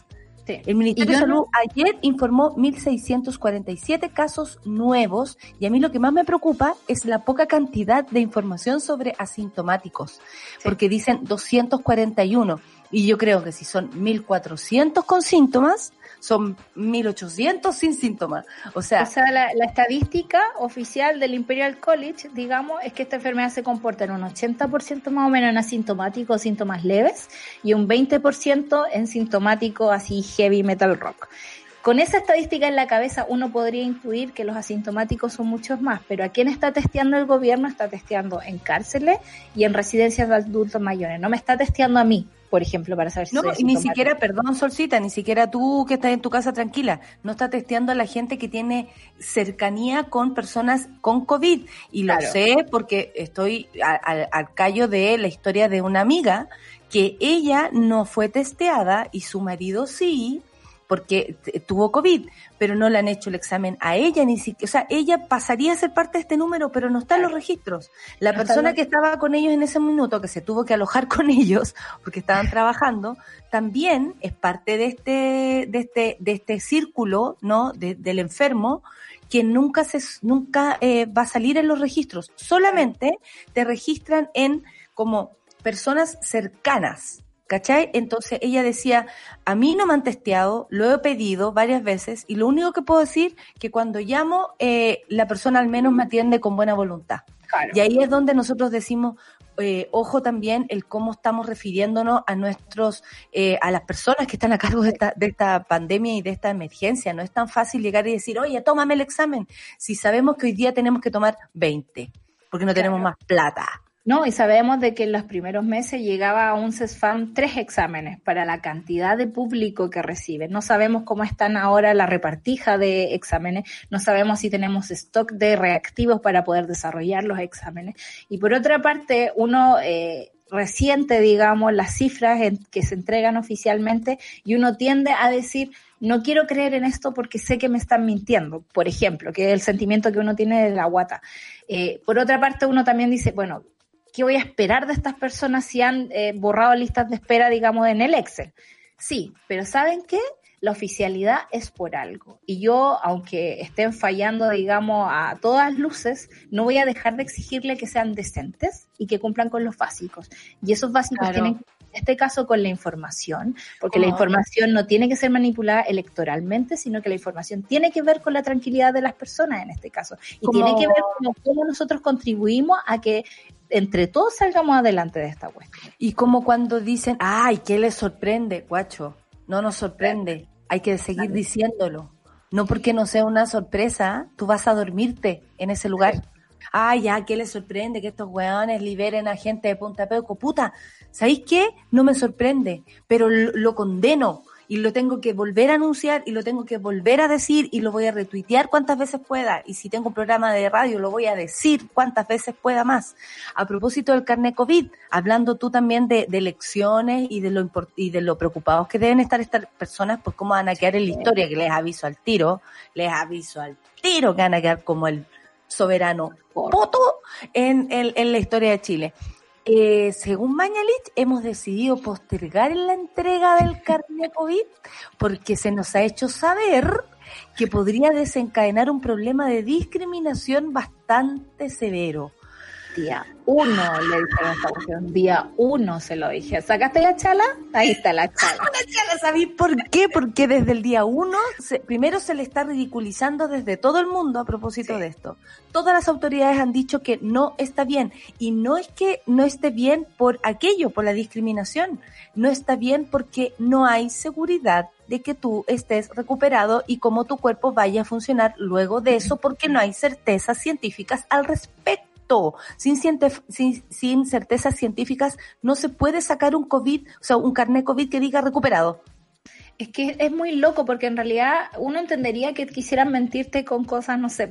Sí. El Ministerio de Salud no... ayer informó mil seiscientos cuarenta y siete casos nuevos y a mí lo que más me preocupa es la poca cantidad de información sobre asintomáticos, sí. porque dicen doscientos cuarenta y uno y yo creo que si son mil cuatrocientos con síntomas, son mil ochocientos sin síntomas. O sea, o sea la, la estadística oficial del Imperial College, digamos, es que esta enfermedad se comporta en un ochenta por ciento más o menos en asintomáticos o síntomas leves y un veinte por ciento en sintomáticos así heavy metal rock. Con esa estadística en la cabeza uno podría intuir que los asintomáticos son muchos más, pero ¿a quién está testeando el gobierno? Está testeando en cárceles y en residencias de adultos mayores. No me está testeando a mí, por ejemplo, para saber si no, soy y ni siquiera, perdón, Solcita, ni siquiera tú que estás en tu casa tranquila, no está testeando a la gente que tiene cercanía con personas con COVID. Y lo claro. sé porque estoy al, al callo de la historia de una amiga que ella no fue testeada y su marido sí, porque tuvo COVID, pero no le han hecho el examen a ella, ni siquiera, o sea, ella pasaría a ser parte de este número, pero no está en los registros. La no persona que estaba con ellos en ese minuto, que se tuvo que alojar con ellos, porque estaban trabajando, también es parte de este, de este, de este círculo, ¿no? De, del enfermo, que nunca se, nunca eh, va a salir en los registros. Solamente te registran en como personas cercanas. ¿Cachai? Entonces ella decía, a mí no me han testeado, lo he pedido varias veces y lo único que puedo decir que cuando llamo eh, la persona al menos me atiende con buena voluntad. Claro. Y ahí es donde nosotros decimos, eh, ojo también el cómo estamos refiriéndonos a nuestros, eh, a las personas que están a cargo de esta, de esta pandemia y de esta emergencia. No es tan fácil llegar y decir, oye, tómame el examen, si sabemos que hoy día tenemos que tomar veinte, porque no claro. tenemos más plata. No, y sabemos de que en los primeros meses llegaba a un CESFAM tres exámenes para la cantidad de público que recibe. No sabemos cómo están ahora la repartija de exámenes, no sabemos si tenemos stock de reactivos para poder desarrollar los exámenes. Y por otra parte, uno eh, resiente, digamos, las cifras en, que se entregan oficialmente y uno tiende a decir, no quiero creer en esto porque sé que me están mintiendo, por ejemplo, que es el sentimiento que uno tiene de la guata. Eh, por otra parte, uno también dice, bueno, ¿qué voy a esperar de estas personas si han eh, borrado listas de espera, digamos, en el Excel? Sí, pero ¿saben qué? La oficialidad es por algo. Y yo, aunque estén fallando, digamos, a todas luces, no voy a dejar de exigirle que sean decentes y que cumplan con los básicos. Y esos básicos claro. tienen que en este caso con la información, porque oh. la información no tiene que ser manipulada electoralmente, sino que la información tiene que ver con la tranquilidad de las personas en este caso. Y ¿Cómo? tiene que ver con cómo nosotros contribuimos a que entre todos salgamos adelante de esta cuestión. Y como cuando dicen, ay, ¿qué les sorprende, guacho? No nos sorprende, hay que seguir ¿Vale? diciéndolo. No porque no sea una sorpresa, tú vas a dormirte en ese lugar. Sí. Ay, ya, ¿qué les sorprende que estos weones liberen a gente de Punta Peuco? Puta, ¿sabéis qué? No me sorprende, pero lo, lo condeno y lo tengo que volver a anunciar y lo tengo que volver a decir y lo voy a retuitear cuantas veces pueda y si tengo un programa de radio lo voy a decir cuantas veces pueda más. A propósito del carnet COVID, hablando tú también de, de elecciones y de lo import- y de lo preocupados que deben estar estas personas por cómo van a quedar en la historia, que les aviso al tiro, les aviso al tiro que van a quedar como el soberano poto en, en, en la historia de Chile. Eh, según Mañalich, hemos decidido postergar la entrega del carnet COVID porque se nos ha hecho saber que podría desencadenar un problema de discriminación bastante severo. Día uno le dije a esta cuestión, día uno se lo dije. ¿Sacaste la chala? Ahí está la chala. La chala, ¿sabéis por qué? Porque desde el día uno, se, primero se le está ridiculizando desde todo el mundo a propósito sí. de esto. Todas las autoridades han dicho que no está bien. Y no es que no esté bien por aquello, por la discriminación. No está bien porque no hay seguridad de que tú estés recuperado y cómo tu cuerpo vaya a funcionar luego de eso, porque no hay certezas científicas al respecto. Sin, sin, sin certezas científicas no se puede sacar un COVID, o sea, un carnet COVID que diga recuperado. Es que es muy loco porque en realidad uno entendería que quisieran mentirte con cosas, no sé, po,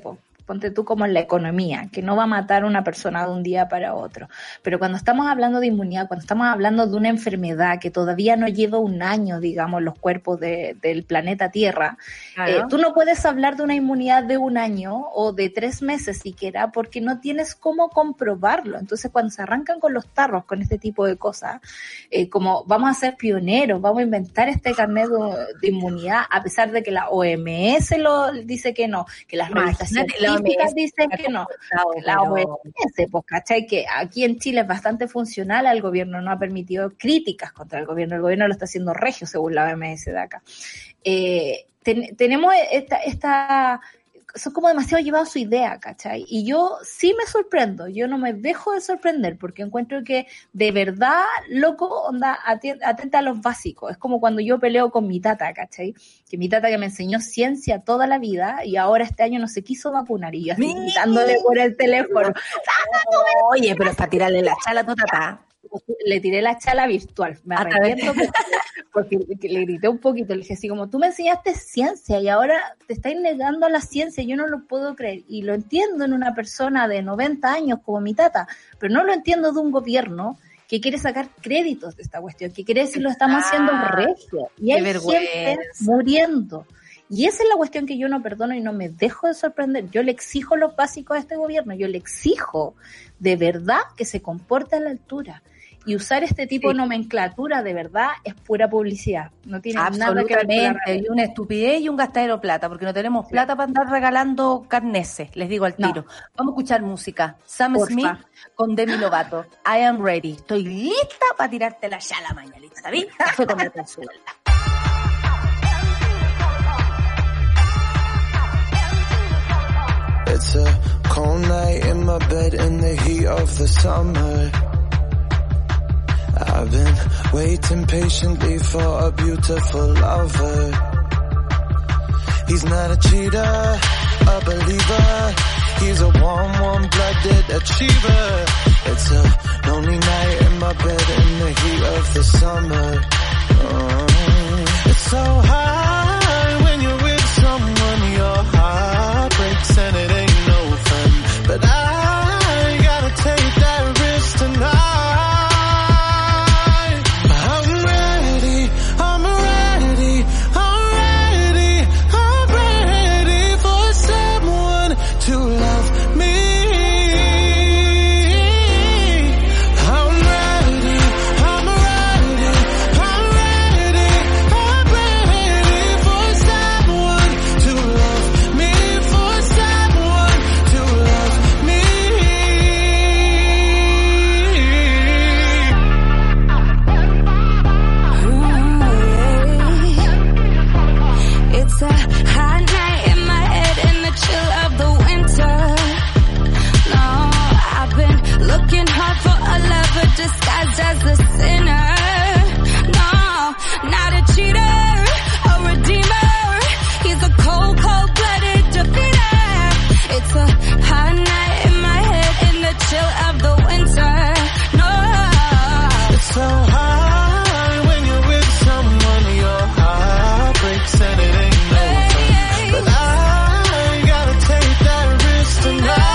ponte tú como en la economía, que no va a matar a una persona de un día para otro. Pero cuando estamos hablando de inmunidad, cuando estamos hablando de una enfermedad que todavía no lleva un año, digamos, los cuerpos de, del planeta Tierra, claro. eh, tú no puedes hablar de una inmunidad de un año o de tres meses siquiera, porque no tienes cómo comprobarlo. Entonces, cuando se arrancan con los tarros, con este tipo de cosas, eh, como vamos a ser pioneros, vamos a inventar este carnet de, de inmunidad, a pesar de que la O M S lo dice que no, que las revistas científicas dicen que no, la O M S, pues, ¿cachai? Que aquí en Chile es bastante funcional, el gobierno no ha permitido críticas contra el gobierno, el gobierno lo está haciendo regio según la O M S de acá. Eh, ten, tenemos esta, esta son como demasiado llevados a su idea, ¿cachai? Y yo sí me sorprendo, yo no me dejo de sorprender, porque encuentro que de verdad, loco, onda, atenta a los básicos. Es como cuando yo peleo con mi tata, ¿cachai? Que mi tata que me enseñó ciencia toda la vida, y ahora este año no se quiso vacunar, y yo así gritándole por el teléfono. Oye, pero es para tirarle la chala a tu tata. Le tiré la chala virtual, me arrepiento porque, porque le grité un poquito, le dije así como, tú me enseñaste ciencia y ahora te estás negando a la ciencia, yo no lo puedo creer, y lo entiendo en una persona de noventa años como mi tata, pero no lo entiendo de un gobierno que quiere sacar créditos de esta cuestión, que quiere decir lo estamos haciendo regio, y hay gente muriendo. Y esa es la cuestión que yo no perdono y no me dejo de sorprender. Yo le exijo los básicos a este gobierno, yo le exijo de verdad que se comporte a la altura. Y usar este tipo sí. de nomenclatura de verdad es pura publicidad. No tiene nada que ver con la realidad. Y una estupidez y un gastadero de plata, porque no tenemos sí. plata para andar regalando carneses, les digo al tiro. No. Vamos a escuchar música. Sam Porfa. Smith con Demi Lovato. I am ready. Estoy lista para tirarte la chala mañanita, ¿sabes? Fue con el consuelo. It's a cold night in my bed in the heat of the summer. I've been waiting patiently for a beautiful lover. He's not a cheater, a believer. He's a warm, warm-blooded achiever. It's a lonely night in my bed in the heat of the summer. Oh, it's so hard when you're with someone, your heart breaks and it ain't no fun. But I gotta take that risk tonight. Disguised as a sinner. No, not a cheater, a redeemer. He's a cold, cold-blooded defeater. It's a hot night in my head in the chill of the winter. No, it's so hard when you're with someone, your heart breaks and it ain't no fun. But I gotta take that risk tonight.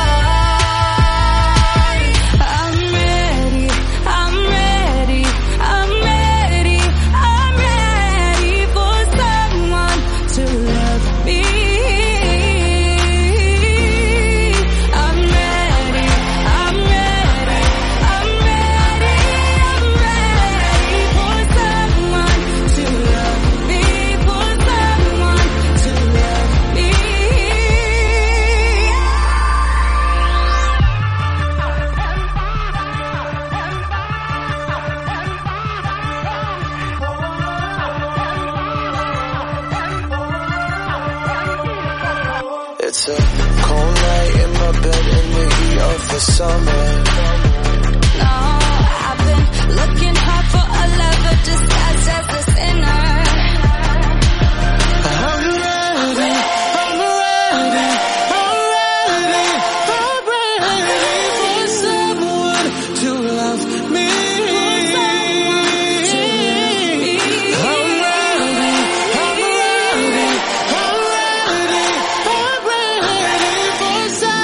It's a cold night in my bed in the heat of the summer. No, I've been looking hard for a lover disguised as a sinner. I'm ready, I'm ready, I'm ready, I'm ready for someone to love me. I'm ready, I'm ready, I'm ready, I'm ready for someone.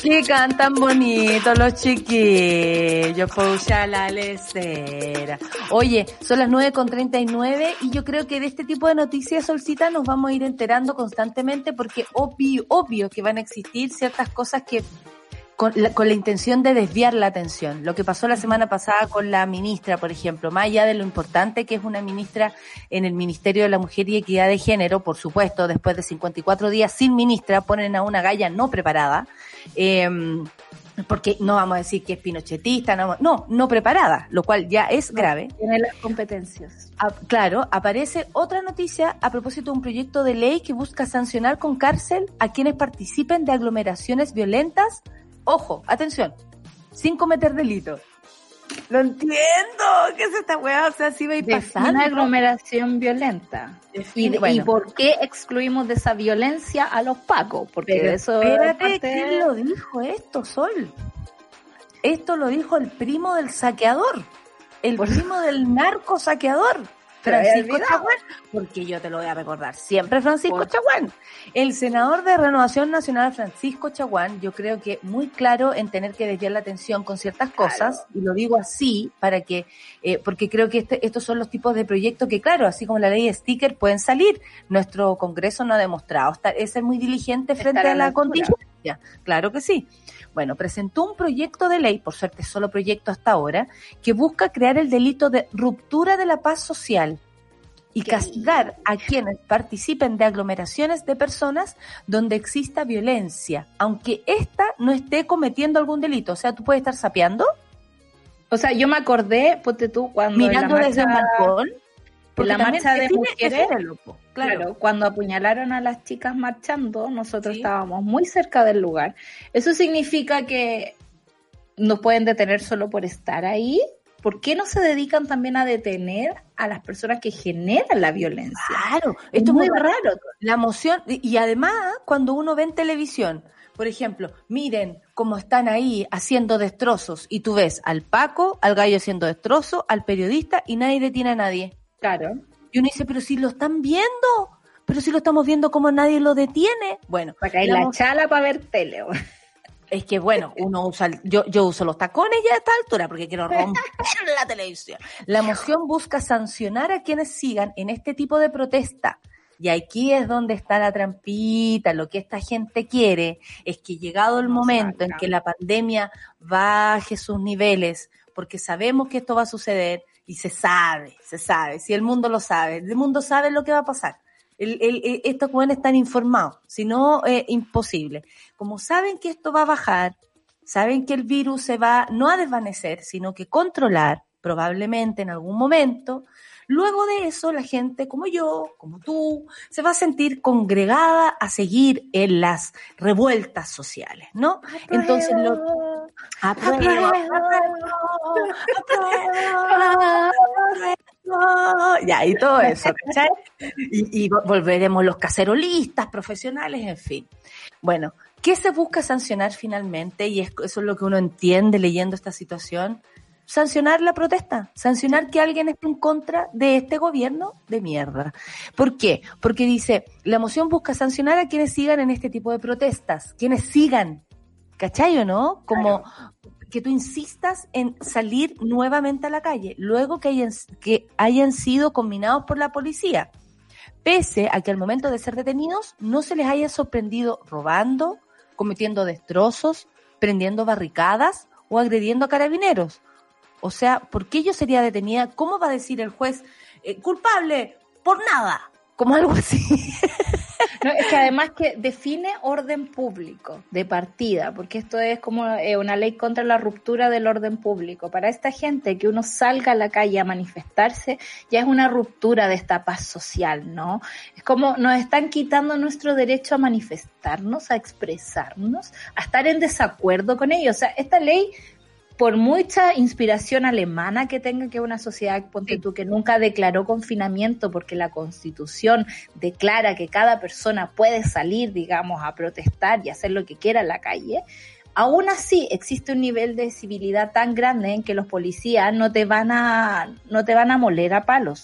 Que cantan bonito los chiquillos, pucha la lecera. Oye, son las nueve con treinta y nueve y yo creo que de este tipo de noticias, Solcita, nos vamos a ir enterando constantemente porque obvio, obvio que van a existir ciertas cosas que con la, con la intención de desviar la atención. Lo que pasó la semana pasada con la ministra, por ejemplo, más allá de lo importante que es una ministra en el Ministerio de la Mujer y Equidad de Género, por supuesto, después de cincuenta y cuatro días sin ministra, ponen a una galla no preparada, eh, porque no vamos a decir que es pinochetista, no, no, no preparada, lo cual ya es grave. Tiene las competencias. Ah, claro, aparece otra noticia a propósito de un proyecto de ley que busca sancionar con cárcel a quienes participen de aglomeraciones violentas. Ojo, atención, sin cometer delito. Lo entiendo, ¿qué es esta weá? O sea, sí va a ir pasando. Una aglomeración violenta. ¿Y, bueno. ¿Y por qué excluimos de esa violencia a los pacos? Porque Pero de eso espérate, ¿quién lo dijo esto, Sol? Esto lo dijo el primo del saqueador, el por... primo del narco saqueador. Francisco Chaguán, porque yo te lo voy a recordar siempre, Francisco ¿Por? Chaguán. El senador de Renovación Nacional, Francisco Chaguán, yo creo que muy claro en tener que desviar la atención con ciertas cosas, claro. Y lo digo así, para que, eh, porque creo que este, estos son los tipos de proyectos que, claro, así como la ley de sticker, pueden salir. Nuestro Congreso no ha demostrado estar, es ser muy diligente frente Estar a, a la, la contingencia. Claro que sí. Bueno, presentó un proyecto de ley, por suerte solo proyecto hasta ahora, que busca crear el delito de ruptura de la paz social y castigar a quienes participen de aglomeraciones de personas donde exista violencia, aunque ésta no esté cometiendo algún delito. O sea, tú puedes estar sapeando. O sea, yo me acordé, ponte tú, cuando mirando la marcha, desde el balcón. La marcha de mujeres, loco, claro. claro, cuando apuñalaron a las chicas marchando, nosotros sí. estábamos muy cerca del lugar. ¿Eso significa que nos pueden detener solo por estar ahí? ¿Por qué no se dedican también a detener a las personas que generan la violencia? Claro, esto es muy raro. La emoción, y además, cuando uno ve en televisión, por ejemplo, miren cómo están ahí haciendo destrozos, y tú ves al Paco, al gallo haciendo destrozos, al periodista, y nadie detiene a nadie. Claro. Y uno dice, pero si lo están viendo, pero si lo estamos viendo como nadie lo detiene. Bueno. Para caer la, la chala para ver tele. Es que bueno, uno usa, yo, yo uso los tacones ya a esta altura porque quiero romper la televisión. La moción busca sancionar a quienes sigan en este tipo de protesta. Y aquí es donde está la trampita. Lo que esta gente quiere es que llegado el momento en que la pandemia baje sus niveles, porque sabemos que esto va a suceder, y se sabe, se sabe, si el mundo lo sabe, el mundo sabe lo que va a pasar. El, el, el, estos jóvenes están informados, si no, eh, imposible. Como saben que esto va a bajar, saben que el virus se va no a desvanecer, sino que controlar, probablemente en algún momento, luego de eso la gente como yo, como tú, se va a sentir congregada a seguir en las revueltas sociales, ¿no? Apruebo. Entonces lo... Apruebo, apruebo, apruebo, ya, y todo eso, ¿cachai? Y, y volveremos los cacerolistas profesionales, en fin. Bueno, ¿qué se busca sancionar finalmente? Y es, eso es lo que uno entiende leyendo esta situación. Sancionar la protesta, sancionar que alguien esté en contra de este gobierno de mierda. ¿Por qué? Porque dice, la moción busca sancionar a quienes sigan en este tipo de protestas, quienes sigan, ¿cachai o no? Como claro. Que tú insistas en salir nuevamente a la calle, luego que hayan, que hayan sido combinados por la policía, pese a que al momento de ser detenidos no se les haya sorprendido robando, cometiendo destrozos, prendiendo barricadas o agrediendo a carabineros. O sea, ¿por qué yo sería detenida? ¿Cómo va a decir el juez eh, culpable por nada? Como algo así. No, es que además que define orden público de partida, porque esto es como eh, una ley contra la ruptura del orden público. Para esta gente que uno salga a la calle a manifestarse ya es una ruptura de esta paz social, ¿no? Es como nos están quitando nuestro derecho a manifestarnos, a expresarnos, a estar en desacuerdo con ellos. O sea, esta ley, por mucha inspiración alemana que tenga, que una sociedad, ponte sí. tú, que nunca declaró confinamiento porque la Constitución declara que cada persona puede salir, digamos, a protestar y hacer lo que quiera en la calle, aún así existe un nivel de civilidad tan grande en que los policías no te van a, no te van a moler a palos.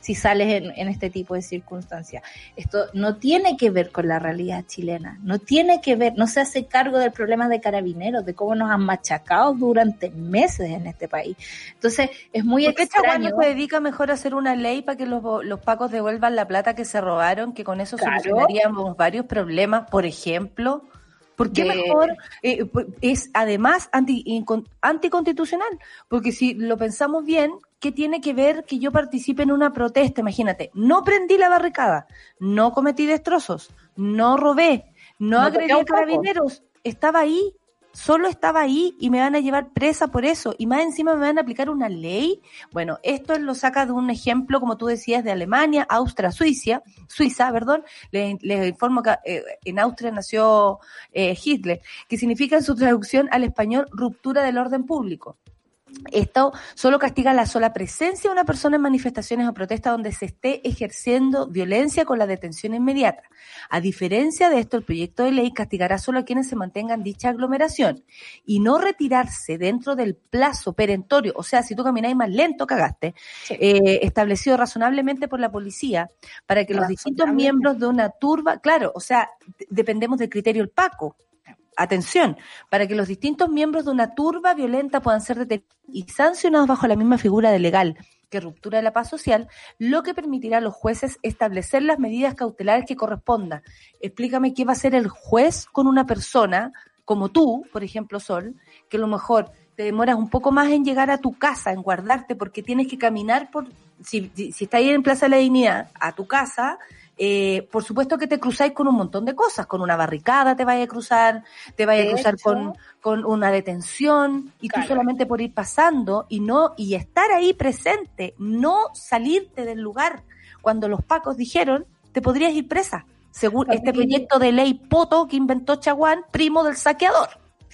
si sales en, en este tipo de circunstancias. Esto no tiene que ver con la realidad chilena, no tiene que ver, no se hace cargo del problema de Carabineros, de cómo nos han machacado durante meses en este país. Entonces, es muy ¿Por qué extraño. Chaguán no se dedica mejor a hacer una ley para que los, los pacos devuelvan la plata que se robaron, que con eso Claro. solucionaríamos varios problemas, por ejemplo? ¿Por qué De- mejor? Eh, es además anti, incon- anticonstitucional, porque si lo pensamos bien, ¿qué tiene que ver que yo participe en una protesta? Imagínate, no prendí la barricada, no cometí destrozos, no robé, no, No agredí toqué a a un paco. carabineros, estaba ahí, solo estaba ahí y me van a llevar presa por eso, y más encima me van a aplicar una ley. Bueno, esto lo saca de un ejemplo, como tú decías, de Alemania, Austria, Suiza, Suiza, perdón, les, les informo que eh, en Austria nació eh, Hitler, que significa en su traducción al español ruptura del orden público. Esto solo castiga la sola presencia de una persona en manifestaciones o protestas donde se esté ejerciendo violencia con la detención inmediata. A diferencia de esto, el proyecto de ley castigará solo a quienes se mantengan en dicha aglomeración y no retirarse dentro del plazo perentorio, o sea, si tú camináis más lento, cagaste, Sí. eh, establecido razonablemente por la policía para que los distintos Razonablemente. miembros de una turba, claro, o sea, d- dependemos del criterio del Paco. Atención, para que los distintos miembros de una turba violenta puedan ser detenidos y sancionados bajo la misma figura de legal que ruptura de la paz social, lo que permitirá a los jueces establecer las medidas cautelares que correspondan. Explícame qué va a hacer el juez con una persona como tú, por ejemplo, Sol, que a lo mejor te demoras un poco más en llegar a tu casa, en guardarte, porque tienes que caminar por, si, si, si estás ahí en Plaza de la Dignidad, a tu casa. Eh, por supuesto que te cruzáis con un montón de cosas, con una barricada te vayas a cruzar, te vayas De a cruzar hecho, con, con una detención, y claro. tú solamente por ir pasando y no, y estar ahí presente, no salirte del lugar. Cuando los pacos dijeron, te podrías ir presa, según Para este mí- proyecto de ley poto que inventó Chaguán, primo del saqueador.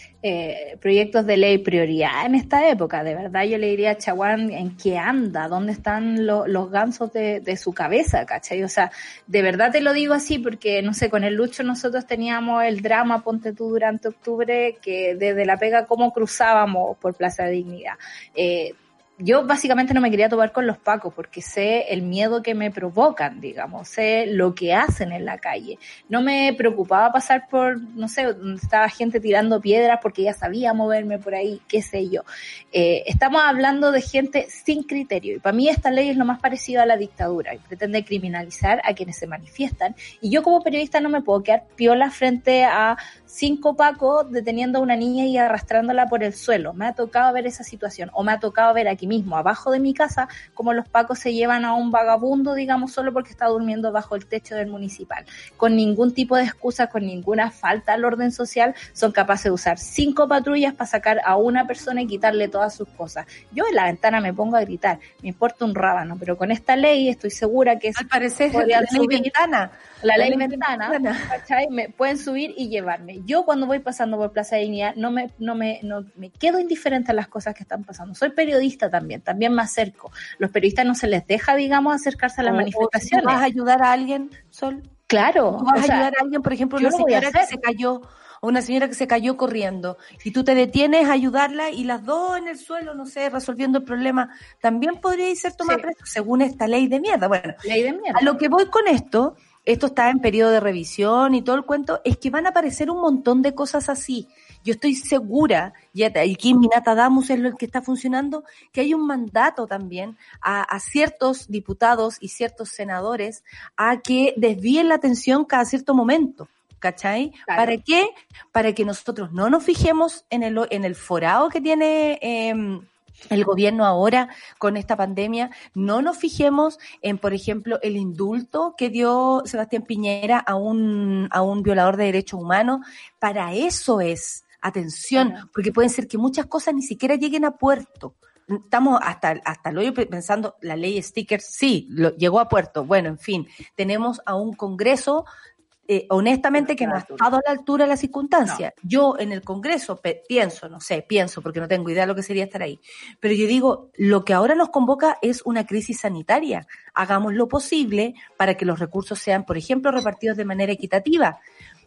Eh, proyectos de ley prioridad en esta época. De verdad yo le diría a Chaguán en qué anda, dónde están lo- los gansos de, de su cabeza, ¿cachai? O sea, de verdad te lo digo así porque, no sé, con el Lucho nosotros teníamos el drama, ponte tú, durante octubre, que desde la pega cómo cruzábamos por Plaza de Dignidad. Eh, yo básicamente no me quería topar con los pacos porque sé el miedo que me provocan, digamos, sé lo que hacen en la calle. No me preocupaba pasar por, no sé, donde estaba gente tirando piedras porque ya sabía moverme por ahí, qué sé yo. Eh, estamos hablando de gente sin criterio y para mí esta ley es lo más parecido a la dictadura y pretende criminalizar a quienes se manifiestan, y yo como periodista no me puedo quedar piola frente a cinco pacos deteniendo a una niña y arrastrándola por el suelo. Me ha tocado ver esa situación, o me ha tocado ver aquí mismo, abajo de mi casa, como los pacos se llevan a un vagabundo, digamos, solo porque está durmiendo bajo el techo del municipal. Con ningún tipo de excusa, con ninguna falta al orden social, son capaces de usar cinco patrullas para sacar a una persona y quitarle todas sus cosas. Yo en la ventana me pongo a gritar, me importa un rábano, pero con esta ley estoy segura que es Al parecer, la podrían ley subir. ventana. La La ley ley ventana, ventana. ¿cachai? Me pueden subir y llevarme. Yo cuando voy pasando por Plaza de Dignidad no me, no me, no me quedo indiferente a las cosas que están pasando. Soy periodista también, también me acerco. Los periodistas no se les deja, digamos, acercarse a las O- o manifestaciones. ¿tú vas a ayudar a alguien, Sol? Claro. ¿Tú vas o sea, a ayudar a alguien, por ejemplo, yo una lo voy a señora que hacer. se cayó, o una señora que se cayó corriendo, y tú te detienes a ayudarla y las dos en el suelo, no sé, resolviendo el problema, también podríais ser tomadas Sí. presas según esta ley de mierda? Bueno, Ley de mierda. a lo que voy con esto, esto está en periodo de revisión y todo el cuento, es que van a aparecer un montón de cosas así. Yo estoy segura, y aquí en Minata Damus es lo que está funcionando, que hay un mandato también a, a ciertos diputados y ciertos senadores a que desvíen la atención cada cierto momento. ¿Cachai? Claro. ¿Para qué? Para que nosotros no nos fijemos en el, en el forado que tiene eh, el gobierno ahora con esta pandemia, no nos fijemos en, por ejemplo, el indulto que dio Sebastián Piñera a un, a un violador de derechos humanos. Para eso es, atención, Claro. porque pueden ser que muchas cosas ni siquiera lleguen a puerto. Estamos hasta, hasta el hoyo pensando, la ley sticker, sí, lo, llegó a puerto. Bueno, en fin, tenemos a un Congreso Eh, honestamente que no ha estado a la altura de la circunstancia. No. Yo en el Congreso pe- pienso, no sé, pienso porque no tengo idea de lo que sería estar ahí, pero yo digo, lo que ahora nos convoca es una crisis sanitaria. Hagamos lo posible para que los recursos sean, por ejemplo, repartidos de manera equitativa,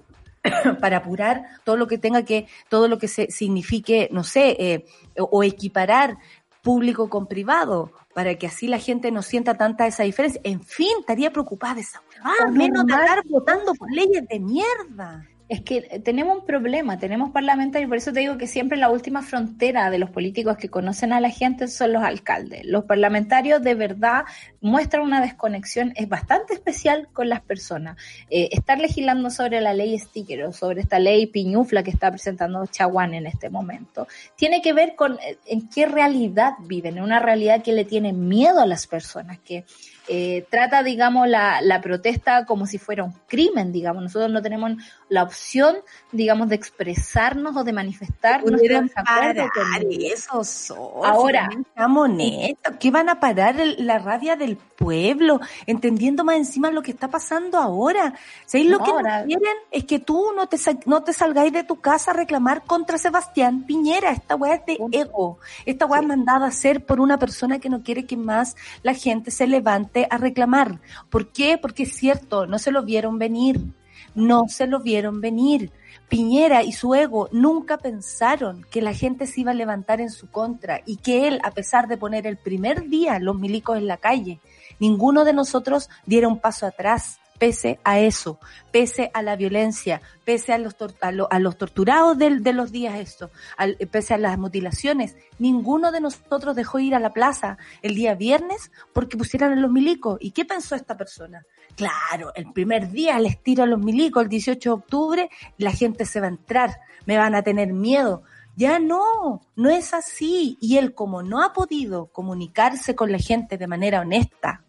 para apurar todo lo que tenga que, todo lo que se signifique, no sé, eh, o, o equiparar público con privado, para que así la gente no sienta tanta esa diferencia. En fin, estaría preocupada de esa ah, menos de estar votando por leyes de mierda. Es que tenemos un problema, tenemos parlamentarios, por eso te digo que siempre la última frontera de los políticos que conocen a la gente son los alcaldes. Los parlamentarios de verdad muestran una desconexión, es bastante especial con las personas. Eh, estar legislando sobre la ley sticker o sobre esta ley piñufla que está presentando Chaguán en este momento, tiene que ver con en qué realidad viven, en una realidad que le tiene miedo a las personas, que Eh, trata, digamos, la, la protesta como si fuera un crimen, digamos. Nosotros no tenemos la opción, digamos, de expresarnos o de manifestar nuestro desacuerdo con eso. Socio, ahora, honesto, ¿qué van a parar el, la rabia del pueblo? Entendiendo más encima lo que está pasando ahora. ¿Sabéis lo no, que ahora, no quieren? Es que tú no te, no te salgáis de tu casa a reclamar contra Sebastián Piñera. Esta weá es de punto. ego. Esta weá sí. es mandada a hacer por una persona que no quiere que más la gente se levante a reclamar. ¿Por qué? Porque es cierto, no se lo vieron venir, no se lo vieron venir. Piñera y su ego nunca pensaron que la gente se iba a levantar en su contra y que él, a pesar de poner el primer día los milicos en la calle, ninguno de nosotros diera un paso atrás. Pese a eso, pese a la violencia, pese a los, tor- a, lo- a los torturados de, de los días esto, al, pese a las mutilaciones, ninguno de nosotros dejó ir a la plaza el día viernes porque pusieran a los milicos. ¿Y qué pensó esta persona? Claro, el primer día les tiro a los milicos, el dieciocho de octubre, la gente se va a entrar, me van a tener miedo. Ya no, no es así. Y él, como no ha podido comunicarse con la gente de manera honesta,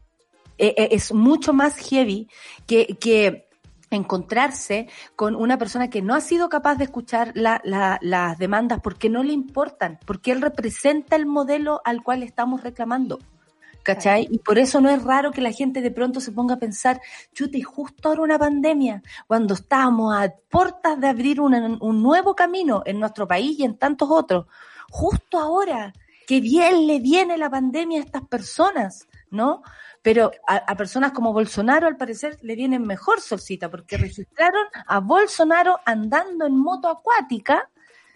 Eh, es mucho más heavy que, que encontrarse con una persona que no ha sido capaz de escuchar la, la, las demandas porque no le importan, porque él representa el modelo al cual estamos reclamando, ¿cachai? Y por eso no es raro que la gente de pronto se ponga a pensar, chuta, y justo ahora una pandemia, cuando estábamos a puertas de abrir una, un nuevo camino en nuestro país y en tantos otros, justo ahora, qué bien le viene la pandemia a estas personas, ¿no? Pero a, a personas como Bolsonaro, al parecer, le viene mejor, Solcita, porque registraron a Bolsonaro andando en moto acuática,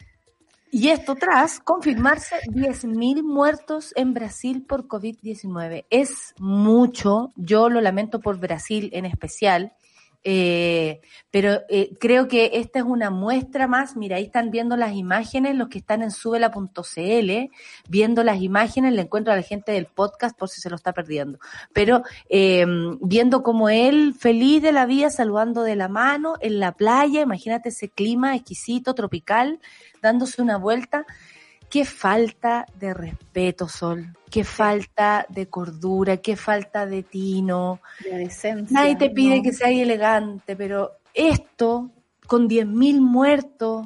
y esto tras confirmarse diez mil muertos en Brasil por covid diecinueve. Es mucho, yo lo lamento por Brasil en especial, eh, pero eh, creo que esta es una muestra más. Mira, ahí están viendo las imágenes, los que están en subela punto c l, viendo las imágenes, le encuentro a la gente del podcast por si se lo está perdiendo, pero eh, viendo como él, feliz de la vida, saludando de la mano en la playa, imagínate ese clima exquisito, tropical, dándose una vuelta. Qué falta de respeto, Sol, qué falta de cordura, qué falta de tino. De decencia. Nadie te pide no. que seas elegante, pero esto, con diez mil muertos.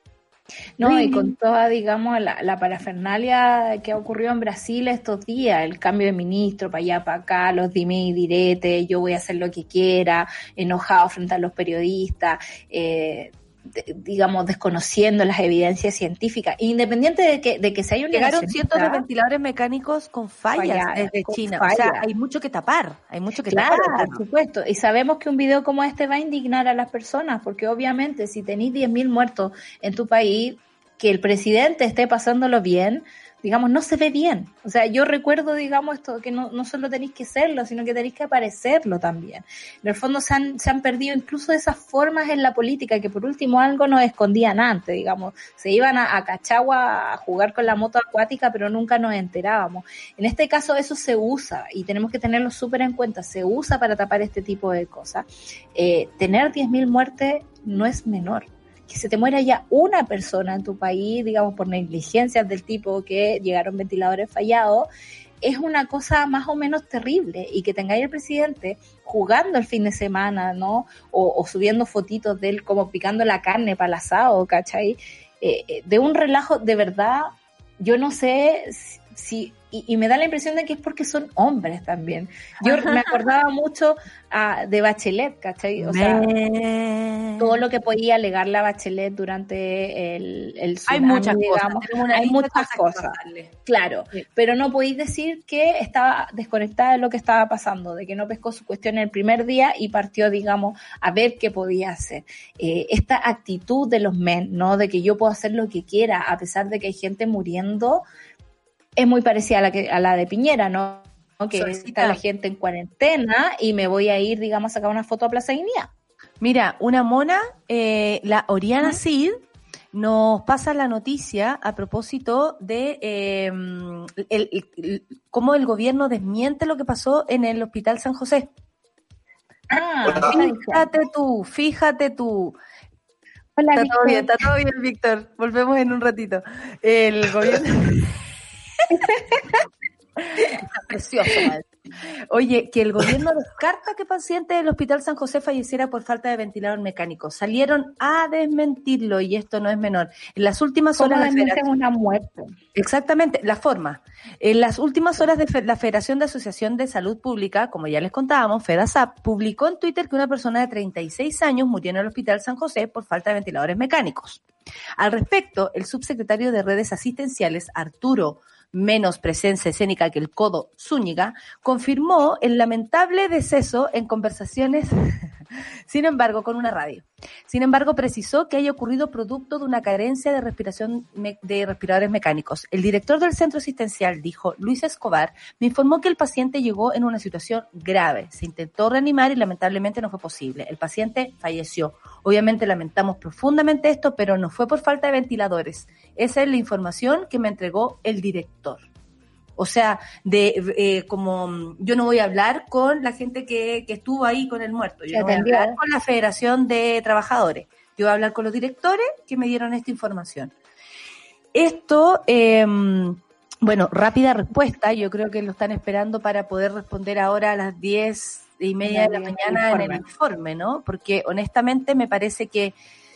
No, really. Y con toda, digamos, la, la parafernalia que ha ocurrido en Brasil estos días, el cambio de ministro para allá, para acá, los dime y direte, yo voy a hacer lo que quiera, enojado frente a los periodistas, eh, digamos, desconociendo las evidencias científicas, independiente de que, de que se haya un llegaron cientos de ventiladores mecánicos con fallas falla, desde con China, falla. O sea, hay mucho que tapar, hay mucho que claro, tapar. Por supuesto, y sabemos que un video como este va a indignar a las personas, porque obviamente si tenéis diez mil muertos en tu país, que el presidente esté pasándolo bien, digamos, no se ve bien. O sea, yo recuerdo, digamos, esto, que no, no solo tenéis que serlo, sino que tenéis que aparecerlo también. En el fondo se han, se han perdido incluso esas formas en la política que por último algo nos escondían antes, digamos. Se iban a, a Cachagua a jugar con la moto acuática, pero nunca nos enterábamos. En este caso eso se usa, y tenemos que tenerlo súper en cuenta, se usa para tapar este tipo de cosas. Eh, tener diez mil muertes no es menor. Que se te muera ya una persona en tu país, digamos, por negligencias del tipo que llegaron ventiladores fallados, es una cosa más o menos terrible. Y que tengáis el presidente jugando el fin de semana, ¿no? O, o subiendo fotitos de él como picando la carne para el asado, ¿cachai? Eh, de un relajo, de verdad, yo no sé si... si Y, y me da la impresión de que es porque son hombres también. Yo me acordaba mucho uh, de Bachelet, ¿cachai? O sea, Me... todo lo que podía alegar la Bachelet durante el, el tsunami, hay muchas digamos. cosas, hay muchas cosas, claro, sí. Pero no podéis decir que estaba desconectada de lo que estaba pasando, de que no pescó su cuestión el primer día y partió, digamos, a ver qué podía hacer. Eh, esta actitud de los men, ¿no? De que yo puedo hacer lo que quiera, a pesar de que hay gente muriendo, es muy parecida a la que a la de Piñera, ¿no? Que Solcita. está la gente en cuarentena y me voy a ir, digamos, a sacar una foto a Plaza Dignidad. Mira, una mona, eh, la Oriana Cid, nos pasa la noticia a propósito de eh, el, el, el, cómo el gobierno desmiente lo que pasó en el Hospital San José. Ah, fíjate tú, fíjate tú. Hola, está Víctor. todo bien, está todo bien, Víctor. Volvemos en un ratito. El gobierno... Está precioso, madre. Oye, que el gobierno descarta que pacientes del Hospital San José falleciera por falta de ventilador mecánico. Salieron a desmentirlo y esto no es menor. En las últimas horas... ¿Cómo desmienten una muerte? Exactamente, la forma. En las últimas horas de fe- la Federación de Asociación de Salud Pública, como ya les contábamos, FEDASAP, publicó en Twitter que una persona de treinta y seis años murió en el Hospital San José por falta de ventiladores mecánicos. Al respecto, el subsecretario de Redes Asistenciales, Arturo menos presencia escénica que el codo Zúñiga, confirmó el lamentable deceso en conversaciones, sin embargo, con una radio. Sin embargo, precisó que haya ocurrido producto de una carencia de respiración de respiradores mecánicos. El director del centro asistencial, dijo Luis Escobar, me informó que el paciente llegó en una situación grave. Se intentó reanimar y lamentablemente no fue posible. El paciente falleció. Obviamente lamentamos profundamente esto, pero no fue por falta de ventiladores. Esa es la información que me entregó el director. O sea, de eh, como yo no voy a hablar con la gente que, que estuvo ahí con el muerto, yo no voy a hablar con la Federación de Trabajadores, yo voy a hablar con los directores que me dieron esta información. Esto, eh, bueno, rápida respuesta, yo creo que lo están esperando para poder responder ahora a las diez y media de la mañana en el informe, ¿no? Porque honestamente me parece que,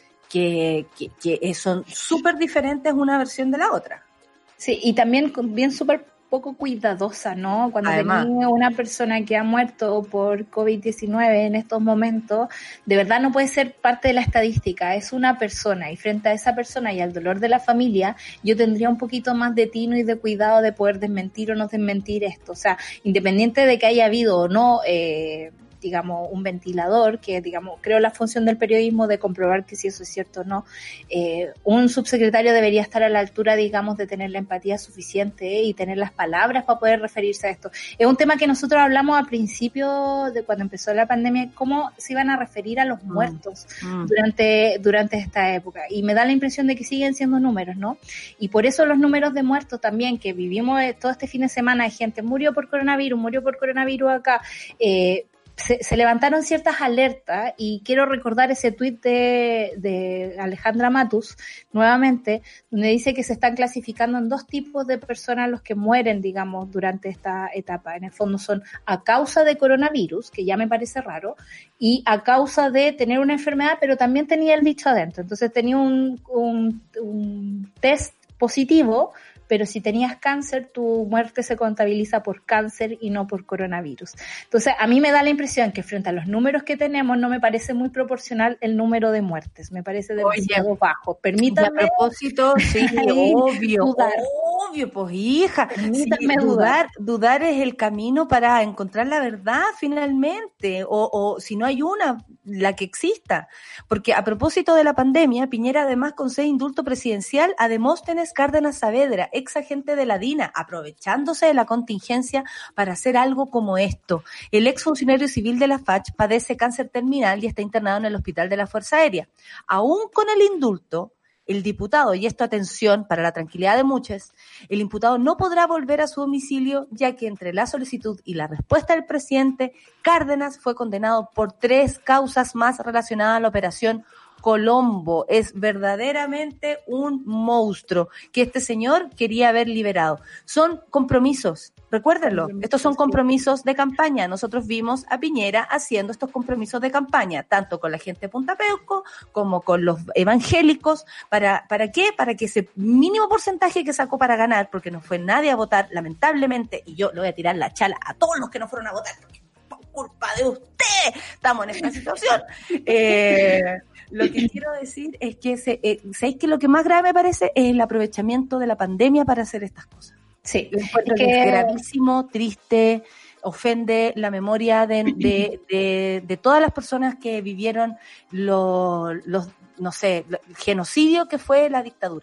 que, que, que son súper diferentes una versión de la otra. Sí, y también bien súper poco cuidadosa, ¿no? Cuando Además, tenía una persona que ha muerto por covid diecinueve en estos momentos, de verdad no puede ser parte de la estadística, es una persona, y frente a esa persona y al dolor de la familia, yo tendría un poquito más de tino y de cuidado de poder desmentir o no desmentir esto. O sea, independiente de que haya habido o no eh, digamos, un ventilador, que, digamos, creo la función del periodismo de comprobar que si eso es cierto o no, eh, un subsecretario debería estar a la altura, digamos, de tener la empatía suficiente y tener las palabras para poder referirse a esto. Es un tema que nosotros hablamos al principio de cuando empezó la pandemia, cómo se iban a referir a los muertos mm. durante, durante esta época. Y me da la impresión de que siguen siendo números, ¿no? Y por eso los números de muertos también, que vivimos todo este fin de semana, de gente murió por coronavirus, murió por coronavirus acá, eh, Se, se levantaron ciertas alertas, y quiero recordar ese tuit de, de Alejandra Matus, nuevamente, donde dice que se están clasificando en dos tipos de personas los que mueren, digamos, durante esta etapa. En el fondo son a causa de coronavirus, que ya me parece raro, y a causa de tener una enfermedad, pero también tenía el bicho adentro. Entonces tenía un, un, un test positivo, pero si tenías cáncer, tu muerte se contabiliza por cáncer y no por coronavirus. Entonces, a mí me da la impresión que frente a los números que tenemos, no me parece muy proporcional el número de muertes. Me parece demasiado Oye, bajo. Permítame. A propósito, sí, obvio, dudar. obvio, pues hija. Permítame sí, dudar. Dudar es el camino para encontrar la verdad finalmente, o, o si no hay una, la que exista. Porque a propósito de la pandemia, Piñera además concede indulto presidencial a Demóstenes Cárdenas Saavedra, ex agente de la DINA, aprovechándose de la contingencia para hacer algo como esto. El ex funcionario civil de la F A C padece cáncer terminal y está internado en el hospital de la Fuerza Aérea. Aún con el indulto, el diputado, y esto atención para la tranquilidad de muchos, el imputado no podrá volver a su domicilio, ya que entre la solicitud y la respuesta del presidente, Cárdenas fue condenado por tres causas más relacionadas a la operación Colombo. Es verdaderamente un monstruo que este señor quería haber liberado. Son compromisos, recuérdenlo, estos son compromisos de campaña. Nosotros vimos a Piñera haciendo estos compromisos de campaña, tanto con la gente de Punta Peuco como con los evangélicos. ¿Para, para qué? Para que ese mínimo porcentaje que sacó para ganar, porque no fue nadie a votar, lamentablemente, y yo le voy a tirar la chala a todos los que no fueron a votar, porque por culpa de usted estamos en esta situación. Eh... Lo que quiero decir es que, se, eh, ¿sabéis que lo que más grave me parece es el aprovechamiento de la pandemia para hacer estas cosas? Sí, es que es gravísimo, triste, ofende la memoria de, de, de, de todas las personas que vivieron los, los no sé, el genocidio que fue la dictadura.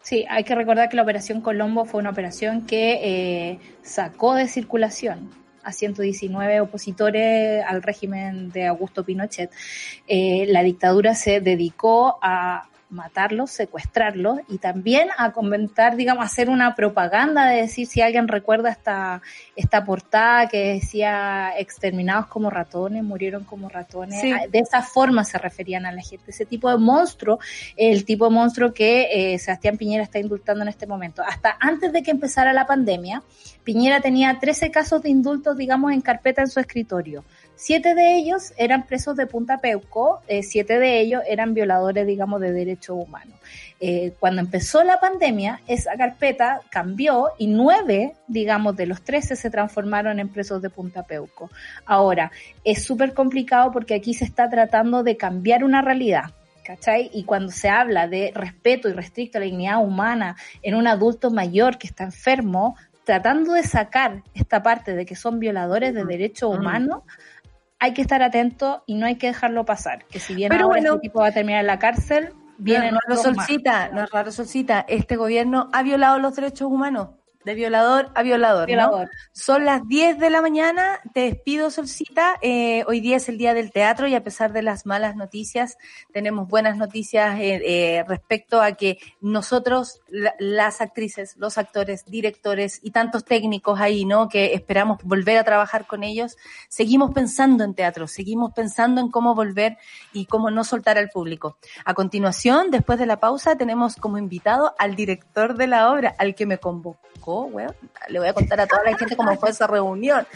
Sí, hay que recordar que la Operación Colombo fue una operación que eh, sacó de circulación a ciento diecinueve opositores al régimen de Augusto Pinochet. Eh, la dictadura se dedicó a matarlos, secuestrarlos y también a comentar, digamos, hacer una propaganda de decir, si alguien recuerda esta esta portada que decía exterminados como ratones, murieron como ratones, sí. De esa forma se referían a la gente, ese tipo de monstruo, el tipo de monstruo que eh, Sebastián Piñera está indultando en este momento. Hasta antes de que empezara la pandemia, Piñera tenía trece casos de indultos, digamos, en carpeta en su escritorio. Siete de ellos eran presos de Punta Peuco, eh, siete de ellos eran violadores, digamos, de derechos humanos. Eh, cuando empezó la pandemia, esa carpeta cambió y nueve, digamos, de los trece se transformaron en presos de Punta Peuco. Ahora, es súper complicado porque aquí se está tratando de cambiar una realidad, ¿cachai? Y cuando se habla de respeto y restricto a la dignidad humana en un adulto mayor que está enfermo, tratando de sacar esta parte de que son violadores de derechos humanos, hay que estar atento y no hay que dejarlo pasar, que si bien Pero ahora bueno, este tipo va a terminar en la cárcel, vienen no, no es otros raro, Solcita, no es raro, Solcita, este gobierno ha violado los derechos humanos, de violador a violador, Violador. ¿no? Son las diez de la mañana, te despido, Solcita, eh, hoy día es el día del teatro y a pesar de las malas noticias, tenemos buenas noticias eh, eh, respecto a que nosotros, la, las actrices, los actores, directores y tantos técnicos ahí, ¿no? Que esperamos volver a trabajar con ellos, seguimos pensando en teatro, seguimos pensando en cómo volver y cómo no soltar al público. A continuación, después de la pausa, tenemos como invitado al director de la obra, al que me convocó. Bueno, le voy a contar a toda la gente cómo fue esa reunión.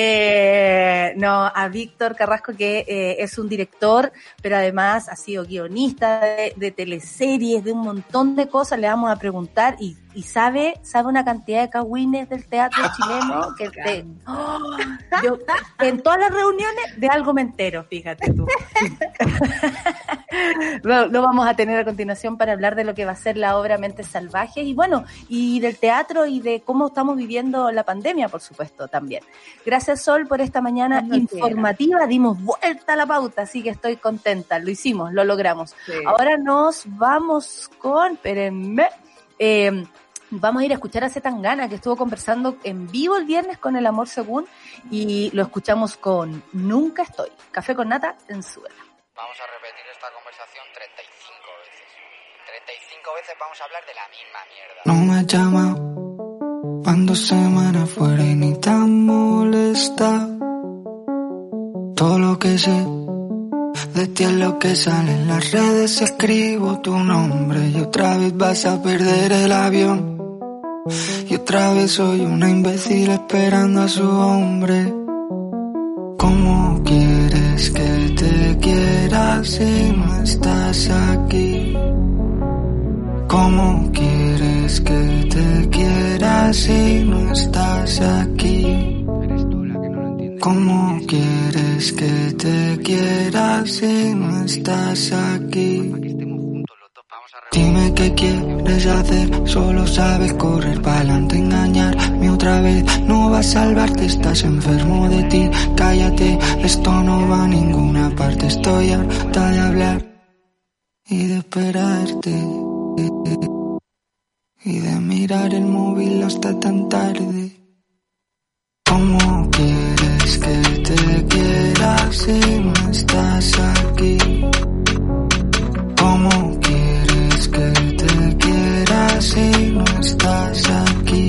Eh, no, a Víctor Carrasco, que eh, es un director, pero además ha sido guionista de, de teleseries, de un montón de cosas. Le vamos a preguntar y, y sabe, sabe una cantidad de cagüines del teatro chileno que te, oh, yo, en todas las reuniones de algo me entero, fíjate tú. Lo, lo vamos a tener a continuación para hablar de lo que va a ser la obra Mentes Salvajes y bueno, y del teatro y de cómo estamos viviendo la pandemia, por supuesto, también. Gracias, Sol, por esta mañana no informativa. Quiera. Dimos vuelta a la pauta, así que estoy contenta. Lo hicimos, lo logramos. Sí. Ahora nos vamos con, espérenme, eh, vamos a ir a escuchar a Zetangana, que estuvo conversando en vivo el viernes con El Amor Según, y lo escuchamos con Nunca Estoy. Café con nata en Suela. Vamos a repetir esta conversación treinta y cinco veces. treinta y cinco veces vamos a hablar de la misma mierda. No me llama cuando semana fuera y ni tan molesta. Todo lo que sé de ti es lo que sale en las redes. Escribo tu nombre y otra vez vas a perder el avión. Y otra vez soy una imbécil esperando a su hombre. ¿Cómo quieres que te quiera si no estás aquí? ¿Cómo quieres que te quiera si no estás aquí? ¿Cómo quieres que te quiera si no estás aquí? Dime qué quieres hacer, solo sabes correr para adelante, engañarme otra vez. No va a salvarte, estás enfermo de ti. Cállate, esto no va a ninguna parte. Estoy harta de hablar y de esperarte y de mirar el móvil hasta tan tarde. ¿Cómo quieres que te quiera si no estás aquí? ¿Cómo quieres que te quiera si no estás aquí?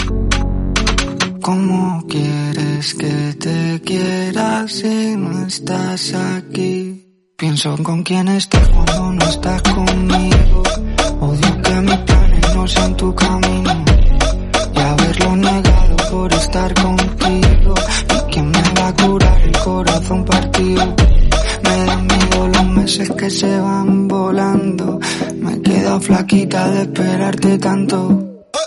¿Cómo quieres que te quiera si no estás aquí? Pienso con quién estás cuando no estás conmigo. Odio que mis planes no sean tu camino y haberlo negado por estar contigo. ¿Y quién me va a curar el corazón partido? Me dan miedo los meses que se van volando. Me he quedado flaquita de esperarte tanto.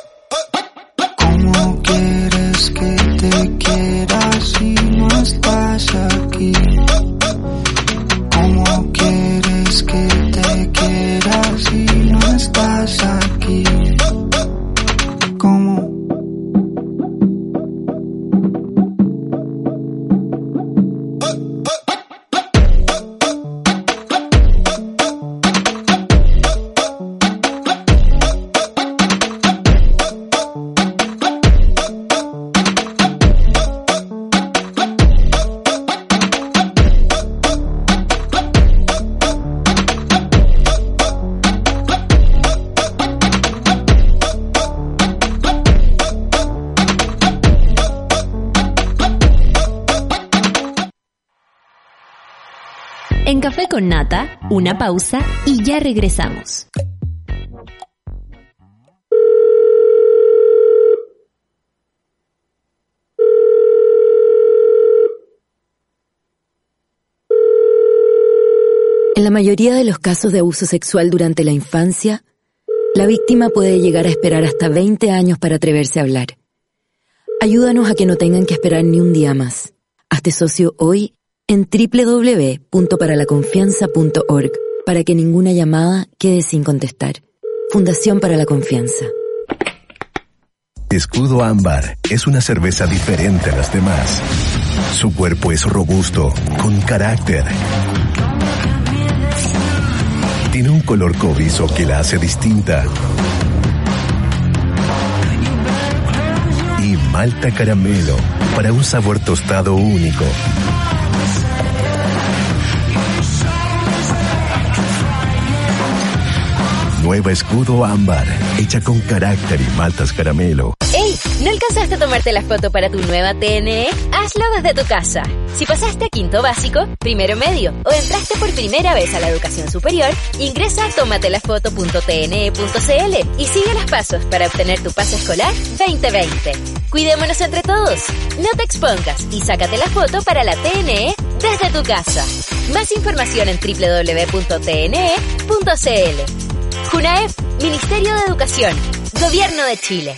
¿Cómo quieres que te quiera si no estás aquí? ¿Cómo quieres que te quiera si no estás aquí? ¿Cómo? En Café con Nata, una pausa y ya regresamos. En la mayoría de los casos de abuso sexual durante la infancia, la víctima puede llegar a esperar hasta veinte años para atreverse a hablar. Ayúdanos a que no tengan que esperar ni un día más. Hazte socio hoy en doble u doble u doble u punto para la confianza punto org para que ninguna llamada quede sin contestar. Fundación para la Confianza. Escudo Ámbar es una cerveza diferente a las demás. Su cuerpo es robusto, con carácter. Tiene un color cobrizo que la hace distinta. Y malta caramelo para un sabor tostado único. Nueva Escudo Ámbar, hecha con carácter y maltas caramelo. ¡Ey! ¿No alcanzaste a tomarte la foto para tu nueva T N E? Hazlo desde tu casa. Si pasaste a quinto básico, primero medio o entraste por primera vez a la educación superior, ingresa a tomatelafoto punto t n e punto c l y sigue los pasos para obtener tu pase escolar veinte veinte. Cuidémonos entre todos. No te expongas y sácate la foto para la T N E desde tu casa. Más información en doble u doble u doble u punto t n e punto c l. JUNAEP, Ministerio de Educación, Gobierno de Chile.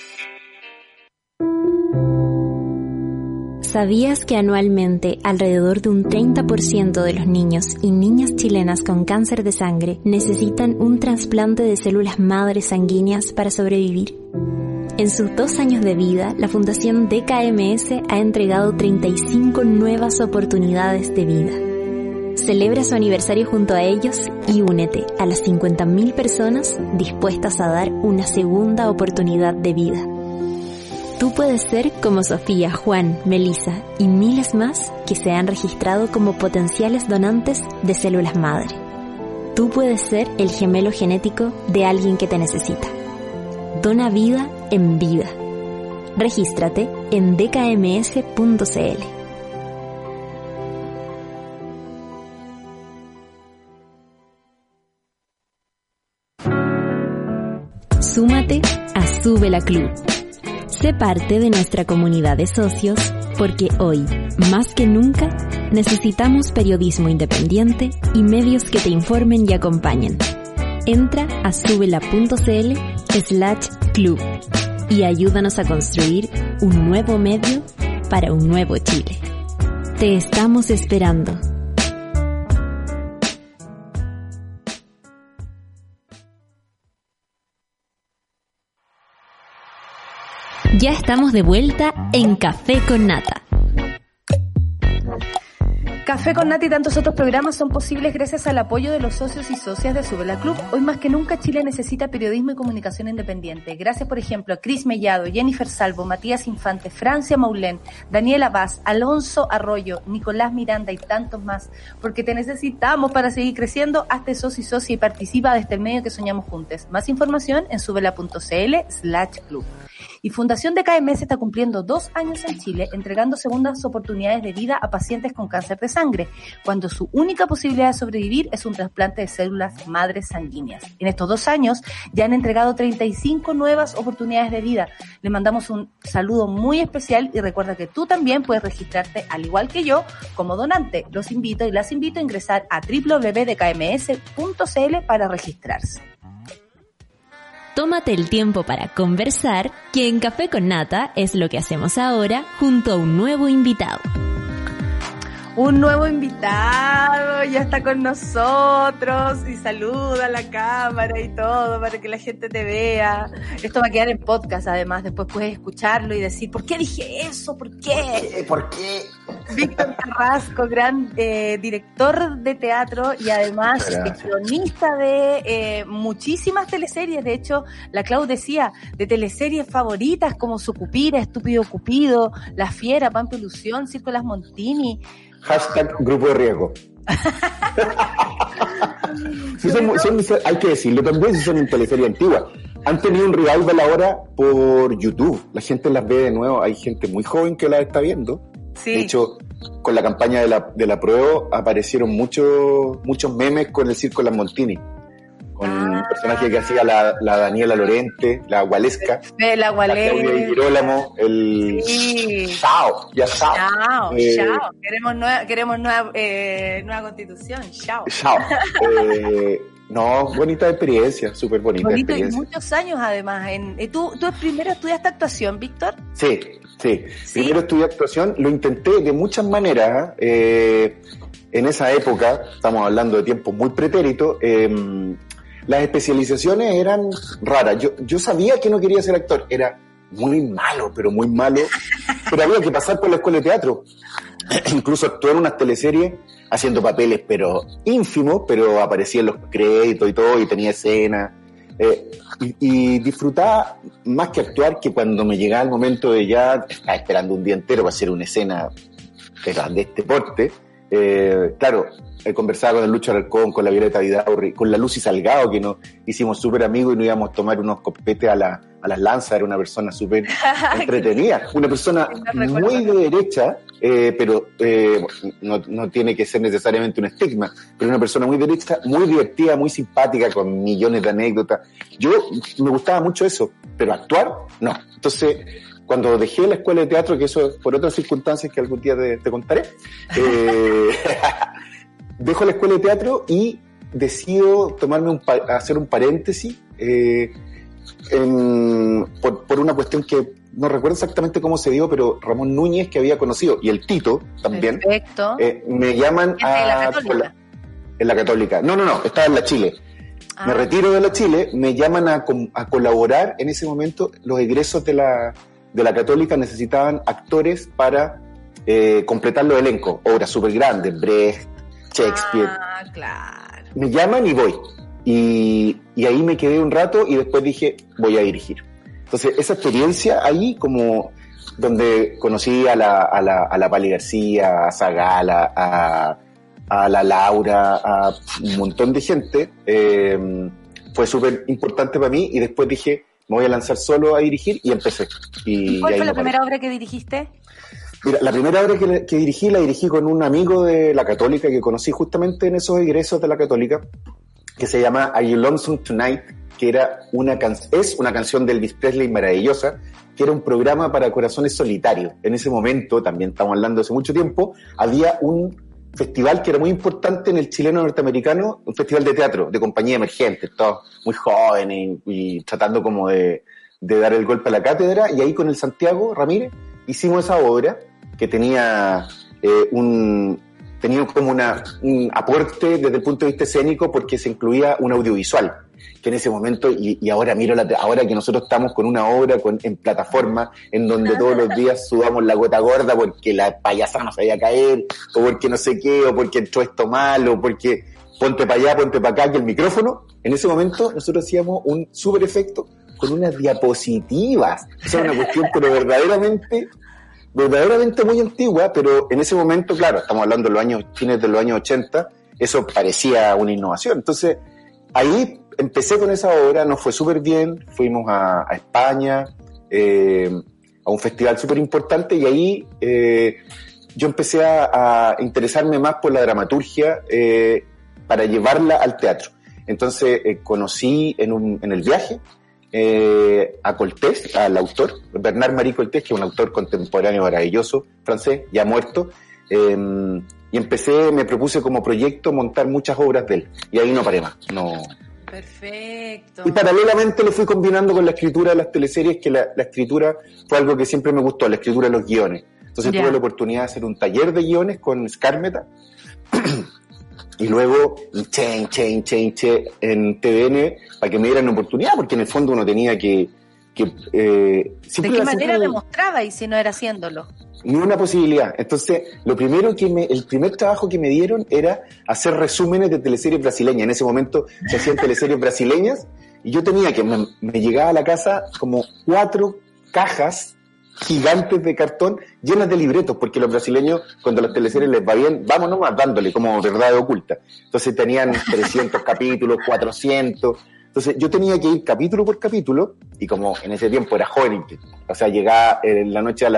¿Sabías que anualmente alrededor de un treinta por ciento de los niños y niñas chilenas con cáncer de sangre necesitan un trasplante de células madres sanguíneas para sobrevivir? En sus dos años de vida, la Fundación D K M S ha entregado treinta y cinco nuevas oportunidades de vida. Celebra su aniversario junto a ellos y únete a las cincuenta mil personas dispuestas a dar una segunda oportunidad de vida. Tú puedes ser como Sofía, Juan, Melissa y miles más que se han registrado como potenciales donantes de células madre. Tú puedes ser el gemelo genético de alguien que te necesita. Dona vida en vida. Regístrate en d k m s punto c l. Súmate a Súbela Club. Sé parte de nuestra comunidad de socios porque hoy, más que nunca, necesitamos periodismo independiente y medios que te informen y acompañen. Entra a súbela.cl slash club y ayúdanos a construir un nuevo medio para un nuevo Chile. Te estamos esperando. Ya estamos de vuelta en Café con Nata. Café con Nata y tantos otros programas son posibles gracias al apoyo de los socios y socias de Súbela Club. Hoy más que nunca Chile necesita periodismo y comunicación independiente. Gracias, por ejemplo, a Cris Mellado, Jennifer Salvo, Matías Infante, Francia Maulén, Daniela Vaz, Alonso Arroyo, Nicolás Miranda y tantos más. Porque te necesitamos para seguir creciendo. Hazte socio y socia y participa de este medio que soñamos juntos. Más información en súbela.cl slash club. Y Fundación D K M S está cumpliendo dos años en Chile entregando segundas oportunidades de vida a pacientes con cáncer de sangre, cuando su única posibilidad de sobrevivir es un trasplante de células madres sanguíneas. En estos dos años ya han entregado treinta y cinco nuevas oportunidades de vida. Le mandamos un saludo muy especial y recuerda que tú también puedes registrarte, al igual que yo, como donante. Los invito y las invito a ingresar a doble u doble u doble u punto d k m s punto c l para registrarse. Tómate el tiempo para conversar, que en Café con Nata es lo que hacemos ahora junto a un nuevo invitado. Un nuevo invitado ya está con nosotros y saluda a la cámara y todo para que la gente te vea. Esto va a quedar en podcast, además. Después puedes escucharlo y decir, ¿por qué dije eso? ¿Por qué? ¿Por qué? Víctor Carrasco, gran eh, director de teatro y además guionista de eh, muchísimas teleseries. De hecho, la Clau decía, de teleseries favoritas como Sucupira, Estúpido Cupido, La Fiera, Pampa Ilusión, Circo Las Montini. Hashtag grupo de riesgo. Sí, son, son, hay que decirlo también, si son en teleserie antigua. Han tenido un revival ahora por YouTube. La gente las ve de nuevo. Hay gente muy joven que las está viendo. Sí. De hecho, con la campaña de la, de la Prueba aparecieron muchos muchos memes con el Circo Las Montini, con ah. un personaje que hacía la, la Daniela Lorente, la Gualesca, la Gualesca, el Girolamo, el sí. Chao, ya chao. Chao, eh, chao. Queremos nueva, queremos nueva, eh, nueva constitución, chao. Chao. Eh, no, bonita experiencia, súper bonita Bonito experiencia. Y muchos años además. En, ¿tú, ¿Tú primero estudiaste actuación, Víctor? Sí, sí, sí. Primero estudié actuación, lo intenté de muchas maneras. Eh, en esa época, estamos hablando de tiempos muy pretéritos, eh, las especializaciones eran raras. Yo, yo sabía que no quería ser actor, era muy malo, pero muy malo, pero había que pasar por la escuela de teatro. Incluso actué en unas teleseries haciendo papeles, pero ínfimos, pero aparecía en los créditos y todo, y tenía escenas. Eh, y, y disfrutaba más que actuar, que cuando me llegaba el momento de ya estaba esperando un día entero para hacer una escena de, de este porte. Eh, claro, he conversado con el Lucho Alarcón, con la Violeta Vidaurri, con la Lucy Salgado, que nos hicimos súper amigos y nos íbamos a tomar unos copetes a, la, a las lanzas. Era una persona súper entretenida, una persona muy de derecha, eh, pero eh, no, no tiene que ser necesariamente un estigma, pero una persona muy derecha, muy divertida, muy simpática, con millones de anécdotas. Yo me gustaba mucho eso, pero actuar, no. Entonces, cuando dejé la escuela de teatro, que eso por otras circunstancias que algún día te, te contaré, eh, dejo la escuela de teatro y decido tomarme un, hacer un paréntesis eh, en, por, por una cuestión que no recuerdo exactamente cómo se dio, pero Ramón Núñez, que había conocido, y el Tito también, eh, me llaman a... ¿La Católica? En la Católica. No, no, no, estaba en la Chile. Ah. Me retiro de la Chile, me llaman a, a colaborar en ese momento. Los egresos de la, de la Católica necesitaban actores para eh, completar los elencos, obras súper grandes, Brecht, Shakespeare. Ah, claro. Me llaman y voy. Y, y ahí me quedé un rato y después dije, voy a dirigir. Entonces, esa experiencia ahí, como donde conocí a la, a la, a la Pali García, a Zagala, a, a la Laura, a un montón de gente, eh, fue súper importante para mí. Y después dije, me voy a lanzar solo a dirigir, y empecé. Y, ¿Y cuál y fue la no primera paré. obra que dirigiste? Mira, la primera obra que, que dirigí, la dirigí con un amigo de la Católica que conocí justamente en esos egresos de la Católica, que se llama Are You Lonesome Tonight, que era una can- es una canción de Elvis Presley maravillosa, que era un programa para corazones solitarios. En ese momento, también estamos hablando de hace mucho tiempo, había un festival que era muy importante en el chileno norteamericano, un festival de teatro, de compañía emergente, todos muy jóvenes y, y tratando como de, de dar el golpe a la cátedra, y ahí con el Santiago Ramírez hicimos esa obra que tenía eh, un tenía como una, un aporte desde el punto de vista escénico, porque se incluía un audiovisual, que en ese momento, y, y ahora miro la, ahora que nosotros estamos con una obra con, en plataforma, en donde todos los días sudamos la gota gorda porque la payasada no sabía caer, o porque no sé qué, o porque entró esto mal, o porque ponte para allá, ponte para acá, que el micrófono, en ese momento nosotros hacíamos un super efecto con unas diapositivas. Esa era una cuestión pero verdaderamente verdaderamente muy antigua, pero en ese momento, claro, estamos hablando de los años, fines de los años ochenta, eso parecía una innovación. Entonces, ahí empecé con esa obra, nos fue súper bien, fuimos a, a España, eh, a un festival súper importante, y ahí eh, yo empecé a, a interesarme más por la dramaturgia eh, para llevarla al teatro. Entonces, eh, conocí en, un, en el viaje Eh, a Coltés, al autor, Bernard-Marie Coltés, que es un autor contemporáneo maravilloso, francés, ya muerto, eh, y empecé, me propuse como proyecto montar muchas obras de él, y ahí no paré más, no. Perfecto. Y paralelamente lo fui combinando con la escritura de las teleseries, que la, la escritura fue algo que siempre me gustó, la escritura de los guiones. Entonces yeah. tuve la oportunidad de hacer un taller de guiones con Skármeta, y luego chen, chen, chen, chen en T V N para que me dieran una oportunidad, porque en el fondo uno tenía que... que eh, ¿De qué manera demostraba y si no era haciéndolo? Ni una posibilidad. Entonces, lo primero que me, el primer trabajo que me dieron era hacer resúmenes de teleseries brasileñas. En ese momento se hacían teleseries brasileñas, y yo tenía que, me, me llegaba a la casa como cuatro cajas gigantes de cartón llenas de libretos, porque los brasileños, cuando a las teleseries les va bien, vamos nomás dándole como verdad oculta. Entonces tenían trescientos capítulos, cuatrocientos. Entonces yo tenía que ir capítulo por capítulo, y como en ese tiempo era joven, o sea, llegaba en la noche a la,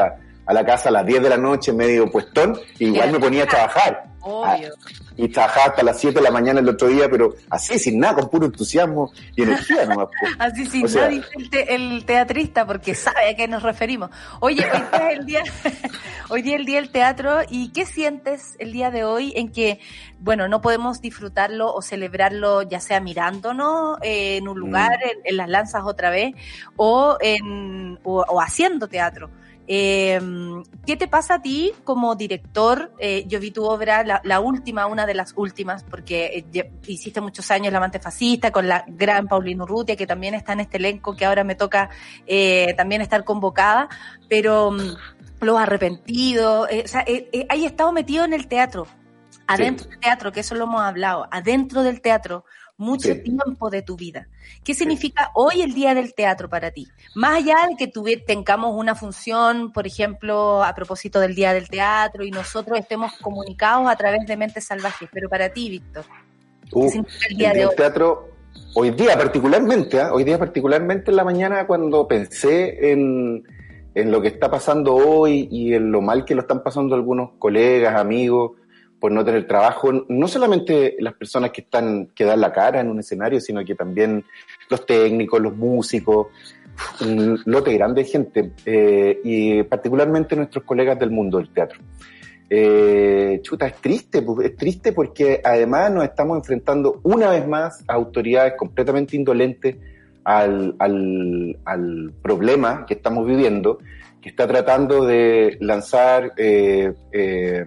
a la casa a las diez de la noche, medio puestón, y igual me ponía a trabajar. Obvio. Ah, y trabajaba hasta las siete de la mañana el otro día, pero así, sin nada, con puro entusiasmo y energía nomás. Pues. Así sin o sea, nada, dice el, te, el teatrista, porque sabe a qué nos referimos. Oye, hoy día es el día, hoy día es el día del teatro, ¿y qué sientes el día de hoy en que, bueno, no podemos disfrutarlo o celebrarlo ya sea mirándonos eh, en un lugar, mm. en, en las lanzas otra vez, o, en, o, o haciendo teatro? Eh, ¿Qué te pasa a ti como director? Eh, yo vi tu obra, la, la última, una de las últimas, porque eh, hiciste muchos años La amante fascista con la gran Paulina Urrutia, que también está en este elenco, que ahora me toca eh, también estar convocada, pero um, Los arrepentidos, eh, o sea, eh, eh, hay estado metido en el teatro, adentro sí. del teatro, que eso lo hemos hablado, adentro del teatro, mucho sí. tiempo de tu vida. ¿Qué significa sí. hoy el día del teatro para ti? Más allá de que tuve, tengamos una función, por ejemplo, a propósito del día del teatro y nosotros estemos comunicados a través de Mentes Salvajes, pero para ti, Víctor, ¿qué uh, significa el día el de hoy? El teatro, hoy día particularmente, ¿eh? hoy día particularmente en la mañana cuando pensé en, en lo que está pasando hoy y en lo mal que lo están pasando algunos colegas, amigos, por no tener trabajo, no solamente las personas que están que dan la cara en un escenario, sino que también los técnicos, los músicos, un lote grande de gente, eh, y particularmente nuestros colegas del mundo del teatro. Eh, chuta, es triste, es triste porque además nos estamos enfrentando una vez más a autoridades completamente indolentes al, al, al problema que estamos viviendo, que está tratando de lanzar eh, eh,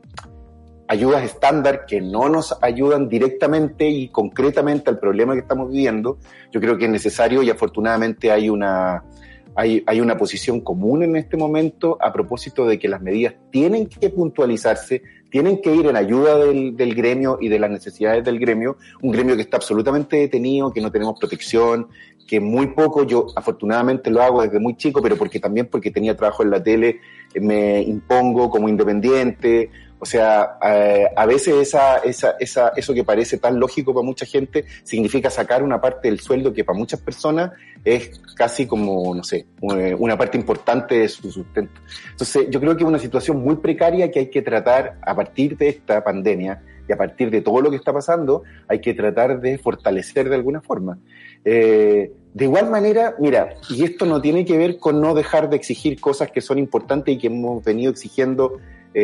ayudas estándar que no nos ayudan directamente y concretamente al problema que estamos viviendo. Yo creo que es necesario y afortunadamente hay una, hay, hay una posición común en este momento a propósito de que las medidas tienen que puntualizarse, tienen que ir en ayuda del, del gremio y de las necesidades del gremio, un gremio que está absolutamente detenido, que no tenemos protección, que muy poco, yo afortunadamente lo hago desde muy chico, pero porque también porque tenía trabajo en la tele, me impongo como independiente. O sea, eh, a veces esa, esa, esa, eso que parece tan lógico para mucha gente significa sacar una parte del sueldo que para muchas personas es casi como, no sé, una parte importante de su sustento. Entonces, yo creo que es una situación muy precaria que hay que tratar a partir de esta pandemia y a partir de todo lo que está pasando, hay que tratar de fortalecer de alguna forma. Eh, de igual manera, mira, y esto no tiene que ver con no dejar de exigir cosas que son importantes y que hemos venido exigiendo.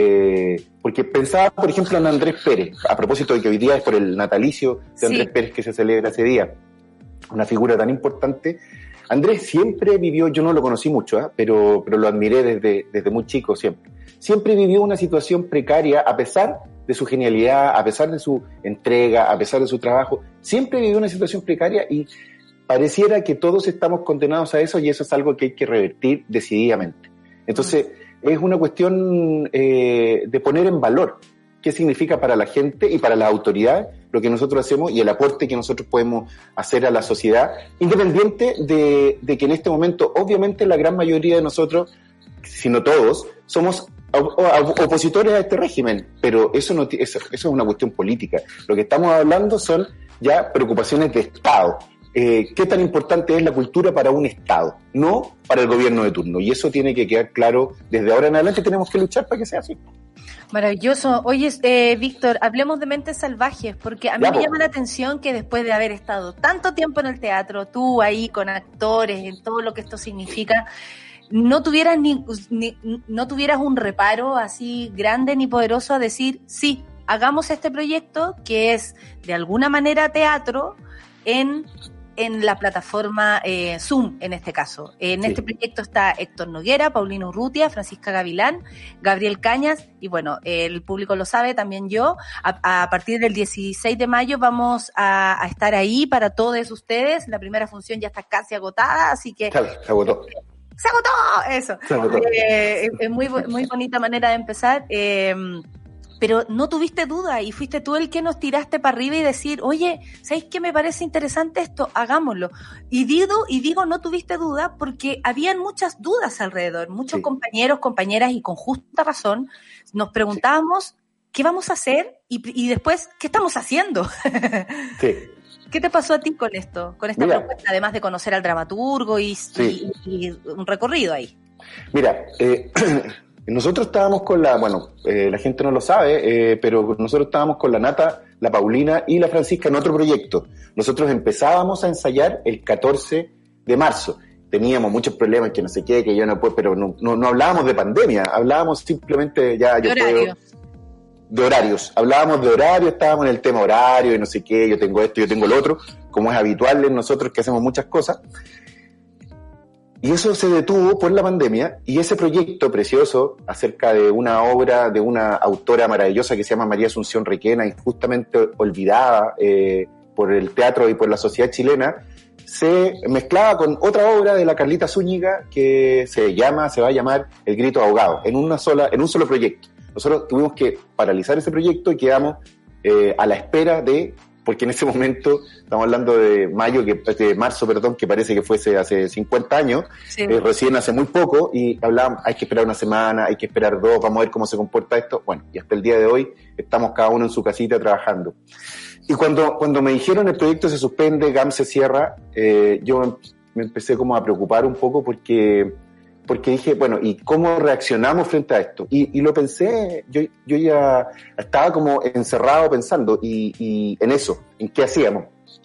Eh, porque pensaba, por ejemplo, en Andrés Pérez, a propósito de que hoy día es por el natalicio de Andrés sí. Pérez que se celebra ese día, una figura tan importante. Andrés siempre vivió, yo no lo conocí mucho, ¿eh? pero, pero lo admiré desde, desde muy chico siempre. Siempre vivió una situación precaria a pesar de su genialidad, a pesar de su entrega, a pesar de su trabajo. Siempre vivió una situación precaria y pareciera que todos estamos condenados a eso y eso es algo que hay que revertir decididamente. Entonces, mm. es una cuestión eh, de poner en valor qué significa para la gente y para las autoridades lo que nosotros hacemos y el aporte que nosotros podemos hacer a la sociedad, independiente de, de que en este momento, obviamente, la gran mayoría de nosotros, si no todos, somos opositores a este régimen, pero eso no eso, eso es una cuestión política. Lo que estamos hablando son ya preocupaciones de Estado. Eh, ¿Qué tan importante es la cultura para un Estado? No para el gobierno de turno. Y eso tiene que quedar claro desde ahora en adelante. Tenemos que luchar para que sea así. Maravilloso. Oye, eh, Víctor, hablemos de Mentes Salvajes, porque a mí ya, me po. llama la atención que después de haber estado tanto tiempo en el teatro, tú ahí con actores, en todo lo que esto significa, no tuvieras ni, ni no tuvieras un reparo así grande ni poderoso a decir, sí, hagamos este proyecto que es de alguna manera teatro en en la plataforma eh, Zoom, en este caso. En sí. este proyecto está Héctor Noguera, Paulina Urrutia, Francisca Gavilán, Gabriel Cañas, y bueno, el público lo sabe, también yo. A, a partir del dieciséis de mayo vamos a, a estar ahí para todos ustedes. La primera función ya está casi agotada, así que... Claro, se agotó. ¡Se agotó! Eso. Se agotó. Eh, es, es muy, muy bonita manera de empezar. Eh, Pero no tuviste duda y fuiste tú el que nos tiraste para arriba y decir, oye, ¿sabes qué me parece interesante esto? Hagámoslo. Y digo, y digo, no tuviste duda porque habían muchas dudas alrededor. Muchos sí. compañeros, compañeras y con justa razón nos preguntábamos, sí. ¿qué vamos a hacer? Y, y después, ¿qué estamos haciendo? Sí. ¿Qué te pasó a ti con esto? Con esta Mira, propuesta, además de conocer al dramaturgo y, sí. y, y un recorrido ahí. Mira, eh, nosotros estábamos con la, bueno, eh, la gente no lo sabe, eh, pero nosotros estábamos con la Nata, la Paulina y la Francisca en otro proyecto. Nosotros empezábamos a ensayar el catorce de marzo. Teníamos muchos problemas, que no sé qué, que yo no puedo, pero no, no, no hablábamos de pandemia, hablábamos simplemente ya... De yo horario. puedo, de horarios, hablábamos de horario, estábamos en el tema horario y no sé qué, yo tengo esto, yo tengo lo otro, como es habitual en nosotros que hacemos muchas cosas. Y eso se detuvo por la pandemia, y ese proyecto precioso acerca de una obra de una autora maravillosa que se llama María Asunción Requena, y justamente olvidada eh, por el teatro y por la sociedad chilena, se mezclaba con otra obra de la Carlita Zúñiga que se llama, se va a llamar El Grito Ahogado, en una sola, en un solo proyecto. Nosotros tuvimos que paralizar ese proyecto y quedamos eh, a la espera de, porque en ese momento, estamos hablando de mayo, que, de marzo, perdón, que parece que fuese hace cincuenta años, sí. eh, recién hace muy poco, y hablábamos, hay que esperar una semana, hay que esperar dos, vamos a ver cómo se comporta esto. Bueno, y hasta el día de hoy estamos cada uno en su casita trabajando. Y cuando, cuando me dijeron el proyecto se suspende, G A M se cierra, eh, yo me empecé como a preocupar un poco porque... porque dije, bueno, ¿y cómo reaccionamos frente a esto? Y, y lo pensé, yo, yo ya estaba como encerrado pensando y, y en eso, en qué hacíamos.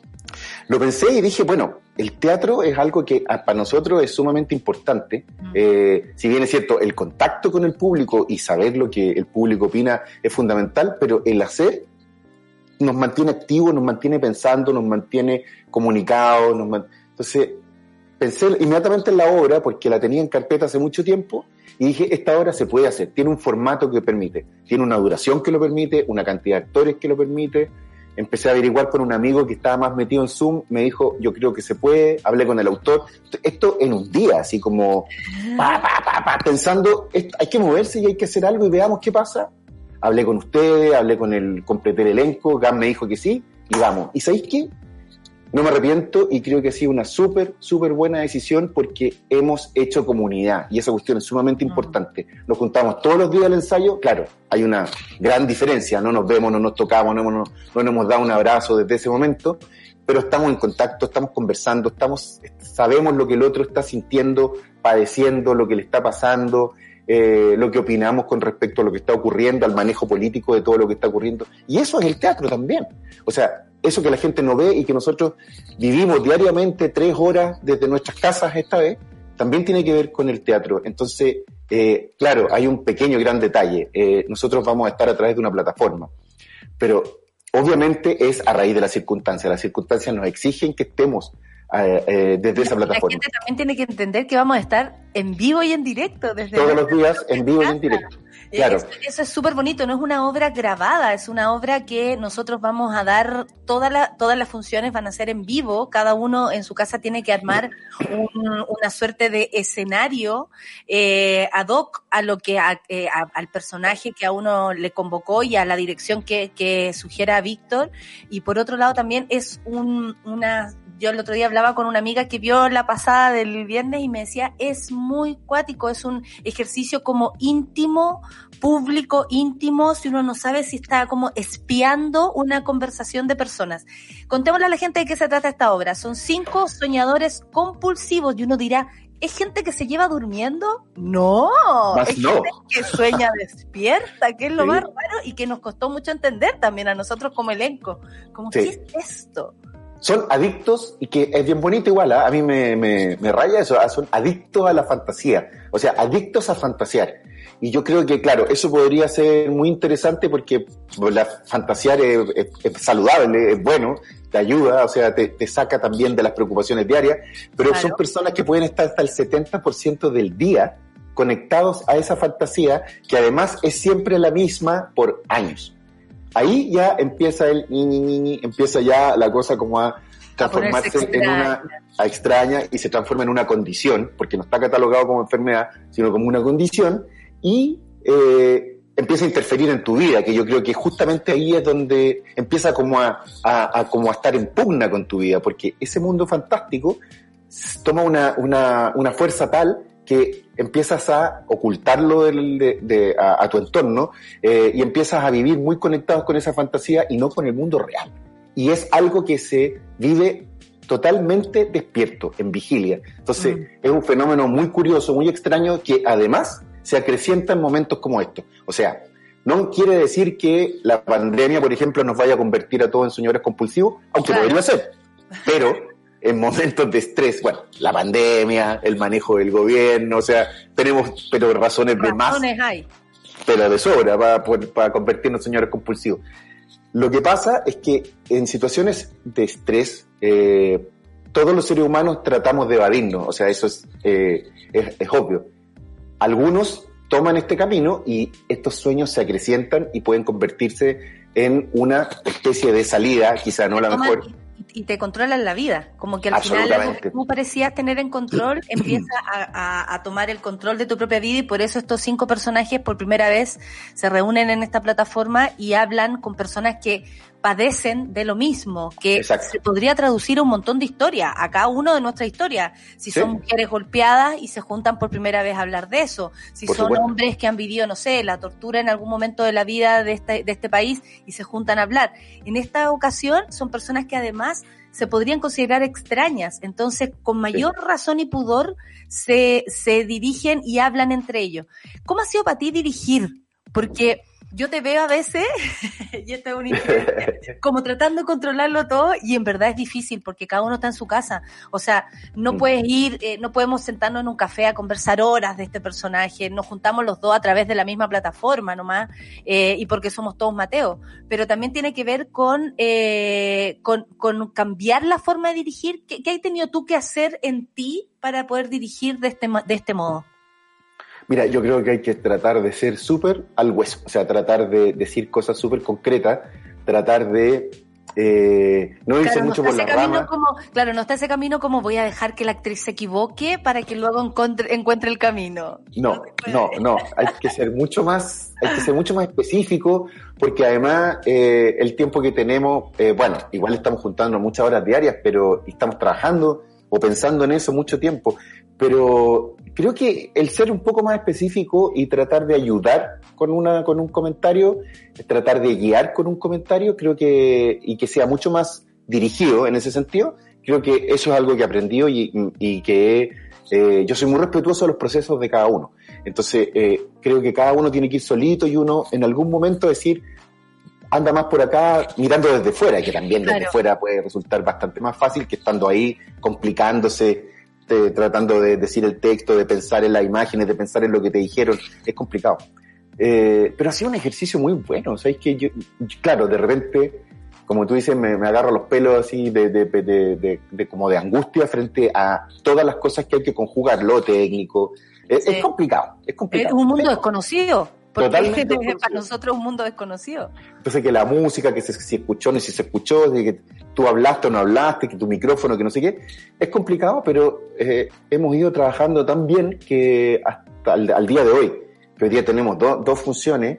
Lo pensé y dije, bueno, el teatro es algo que para nosotros es sumamente importante. Uh-huh. Eh, si bien es cierto, el contacto con el público y saber lo que el público opina es fundamental, pero el hacer nos mantiene activos, nos mantiene pensando, nos mantiene comunicados. Nos man... Entonces... pensé inmediatamente en la obra porque la tenía en carpeta hace mucho tiempo y dije, esta obra se puede hacer, tiene un formato que permite, tiene una duración que lo permite, una cantidad de actores que lo permite. Empecé a averiguar con un amigo que estaba más metido en Zoom, me dijo, yo creo que se puede, hablé con el autor, esto en un día, así como pa, pa, pa, pa, pensando, hay que moverse y hay que hacer algo y veamos qué pasa. Hablé con ustedes, hablé con el completé el elenco, Gam me dijo que sí, y vamos. ¿Y sabéis qué? No me arrepiento y creo que ha sido una súper, súper buena decisión porque hemos hecho comunidad y esa cuestión es sumamente importante. Nos juntamos todos los días al ensayo, claro, hay una gran diferencia, no nos vemos, no nos tocamos, no, no, no nos hemos dado un abrazo desde ese momento, pero estamos en contacto, estamos conversando, estamos, sabemos lo que el otro está sintiendo, padeciendo, lo que le está pasando, eh, lo que opinamos con respecto a lo que está ocurriendo, al manejo político de todo lo que está ocurriendo. Y eso es el teatro también. O sea, eso que la gente no ve y que nosotros vivimos diariamente tres horas desde nuestras casas esta vez, también tiene que ver con el teatro. Entonces, eh, claro, hay un pequeño gran detalle. Eh, nosotros vamos a estar a través de una plataforma, pero obviamente es a raíz de las circunstancias. Las circunstancias nos exigen que estemos eh, eh, desde esa plataforma. La gente también tiene que entender que vamos a estar en vivo y en directo. Desde todos los días, en vivo y en directo. Claro. Eso, eso es súper bonito, no es una obra grabada, es una obra que nosotros vamos a dar, toda la, todas las funciones van a ser en vivo, cada uno en su casa tiene que armar un, una suerte de escenario eh, ad hoc a lo que a, eh, a, al personaje que a uno le convocó y a la dirección que, que sugiera Víctor. Y por otro lado también es un, una... Yo el otro día hablaba con una amiga que vio la pasada del viernes y me decía, es muy cuático, es un ejercicio como íntimo, público, íntimo, si uno no sabe si está como espiando una conversación de personas. Contémosle a la gente de qué se trata esta obra. Son cinco soñadores compulsivos y uno dirá, ¿es gente que se lleva durmiendo? No, Más es no. gente que sueña despierta, que es lo Sí. más raro y que nos costó mucho entender también a nosotros como elenco. Como, Sí. ¿qué es esto? Son adictos, y que es bien bonito igual, ¿eh? A mí me, me, me raya eso, ¿eh? Son adictos a la fantasía, o sea, adictos a fantasear. Y yo creo que, claro, eso podría ser muy interesante porque la fantasear es, es, es saludable, es bueno, te ayuda, o sea, te, te saca también de las preocupaciones diarias, pero Claro. son personas que pueden estar hasta el setenta por ciento del día conectados a esa fantasía, que además es siempre la misma por años. Ahí ya empieza el ni, ni, ni, ni, empieza ya la cosa como a transformarse ponerse en una a extraña y se transforma en una condición, porque no está catalogado como enfermedad, sino como una condición, y eh, empieza a interferir en tu vida, que yo creo que justamente ahí es donde empieza como a, a, a, como a estar en pugna con tu vida, porque ese mundo fantástico toma una, una, una fuerza tal que empiezas a ocultarlo del, de, de, a, a tu entorno eh, y empiezas a vivir muy conectados con esa fantasía y no con el mundo real. Y es algo que se vive totalmente despierto, en vigilia. Entonces, mm. es un fenómeno muy curioso, muy extraño, que además se acrecienta en momentos como estos. O sea, no quiere decir que la pandemia, por ejemplo, nos vaya a convertir a todos en señores compulsivos, aunque Claro. podría ser. Pero en momentos de estrés, bueno, la pandemia, el manejo del gobierno, o sea, tenemos pero razones de más, Razones hay. pero de sobra para, para convertirnos en señores compulsivos. Lo que pasa es que en situaciones de estrés, eh, todos los seres humanos tratamos de evadirnos, o sea, eso es, eh, es, es obvio. Algunos toman este camino y estos sueños se acrecientan y pueden convertirse en una especie de salida, quizá no la Toman mejor. y- Y te controlan la vida, como que al final algo que Absolutamente. tú parecías tener en control empieza a, a, a tomar el control de tu propia vida, y por eso estos cinco personajes por primera vez se reúnen en esta plataforma y hablan con personas que padecen de lo mismo, que Exacto. se podría traducir a un montón de historias, a cada uno de nuestra historia. Si Sí. son mujeres golpeadas y se juntan por primera vez a hablar de eso, si Por son supuesto. hombres que han vivido, no sé, la tortura en algún momento de la vida de este, de este país y se juntan a hablar. En esta ocasión son personas que además se podrían considerar extrañas, entonces con mayor razón y pudor se, se dirigen y hablan entre ellos. ¿Cómo ha sido para ti dirigir? Porque yo te veo a veces, y esto es un incidente, como tratando de controlarlo todo, y en verdad es difícil porque cada uno está en su casa. O sea, no Mm. puedes ir, eh, no podemos sentarnos en un café a conversar horas de este personaje, nos juntamos los dos a través de la misma plataforma nomás, eh, y porque somos todos Mateos. Pero también tiene que ver con, eh, con, con cambiar la forma de dirigir. ¿Qué, qué has tenido tú que hacer en ti para poder dirigir de este, ma- de este modo? Mira, yo creo que hay que tratar de ser súper al hueso, o sea, tratar de decir cosas súper concretas, tratar de eh, no irse Claro, no mucho está por ese la camino rama. como, claro, no está ese camino como voy a dejar que la actriz se equivoque para que luego encuentre, encuentre el camino. No, no, no, hay que ser mucho más, hay que ser mucho más específico, porque además eh, el tiempo que tenemos, eh, bueno, igual estamos juntando muchas horas diarias, pero estamos trabajando o pensando en eso mucho tiempo, pero creo que el ser un poco más específico y tratar de ayudar con una con un comentario, tratar de guiar con un comentario, creo que, y que sea mucho más dirigido en ese sentido, creo que eso es algo que he aprendido y, y que eh, yo soy muy respetuoso de los procesos de cada uno. Entonces, eh, creo que cada uno tiene que ir solito y uno en algún momento decir, anda más por acá mirando desde fuera, que también desde Claro. fuera puede resultar bastante más fácil que estando ahí complicándose, te- tratando de decir el texto, de pensar en las imágenes, de pensar en lo que te dijeron, es complicado. Eh, pero ha sido un ejercicio muy bueno, o sea, es que yo, yo- claro, de repente, como tú dices, me, me agarro los pelos así de, de, de, de, de- de como de angustia frente a todas las cosas que hay que conjugar, lo técnico. Es, Sí. es complicado, es Es complicado. un mundo Pero- desconocido. Porque Totalmente para desconocido. nosotros es un mundo desconocido. Entonces que la música, que se, si escuchó, no si se escuchó, de que tú hablaste o no hablaste, que tu micrófono, que no sé qué, es complicado, pero eh, hemos ido trabajando tan bien que hasta al, al día de hoy, que hoy día tenemos do, dos funciones,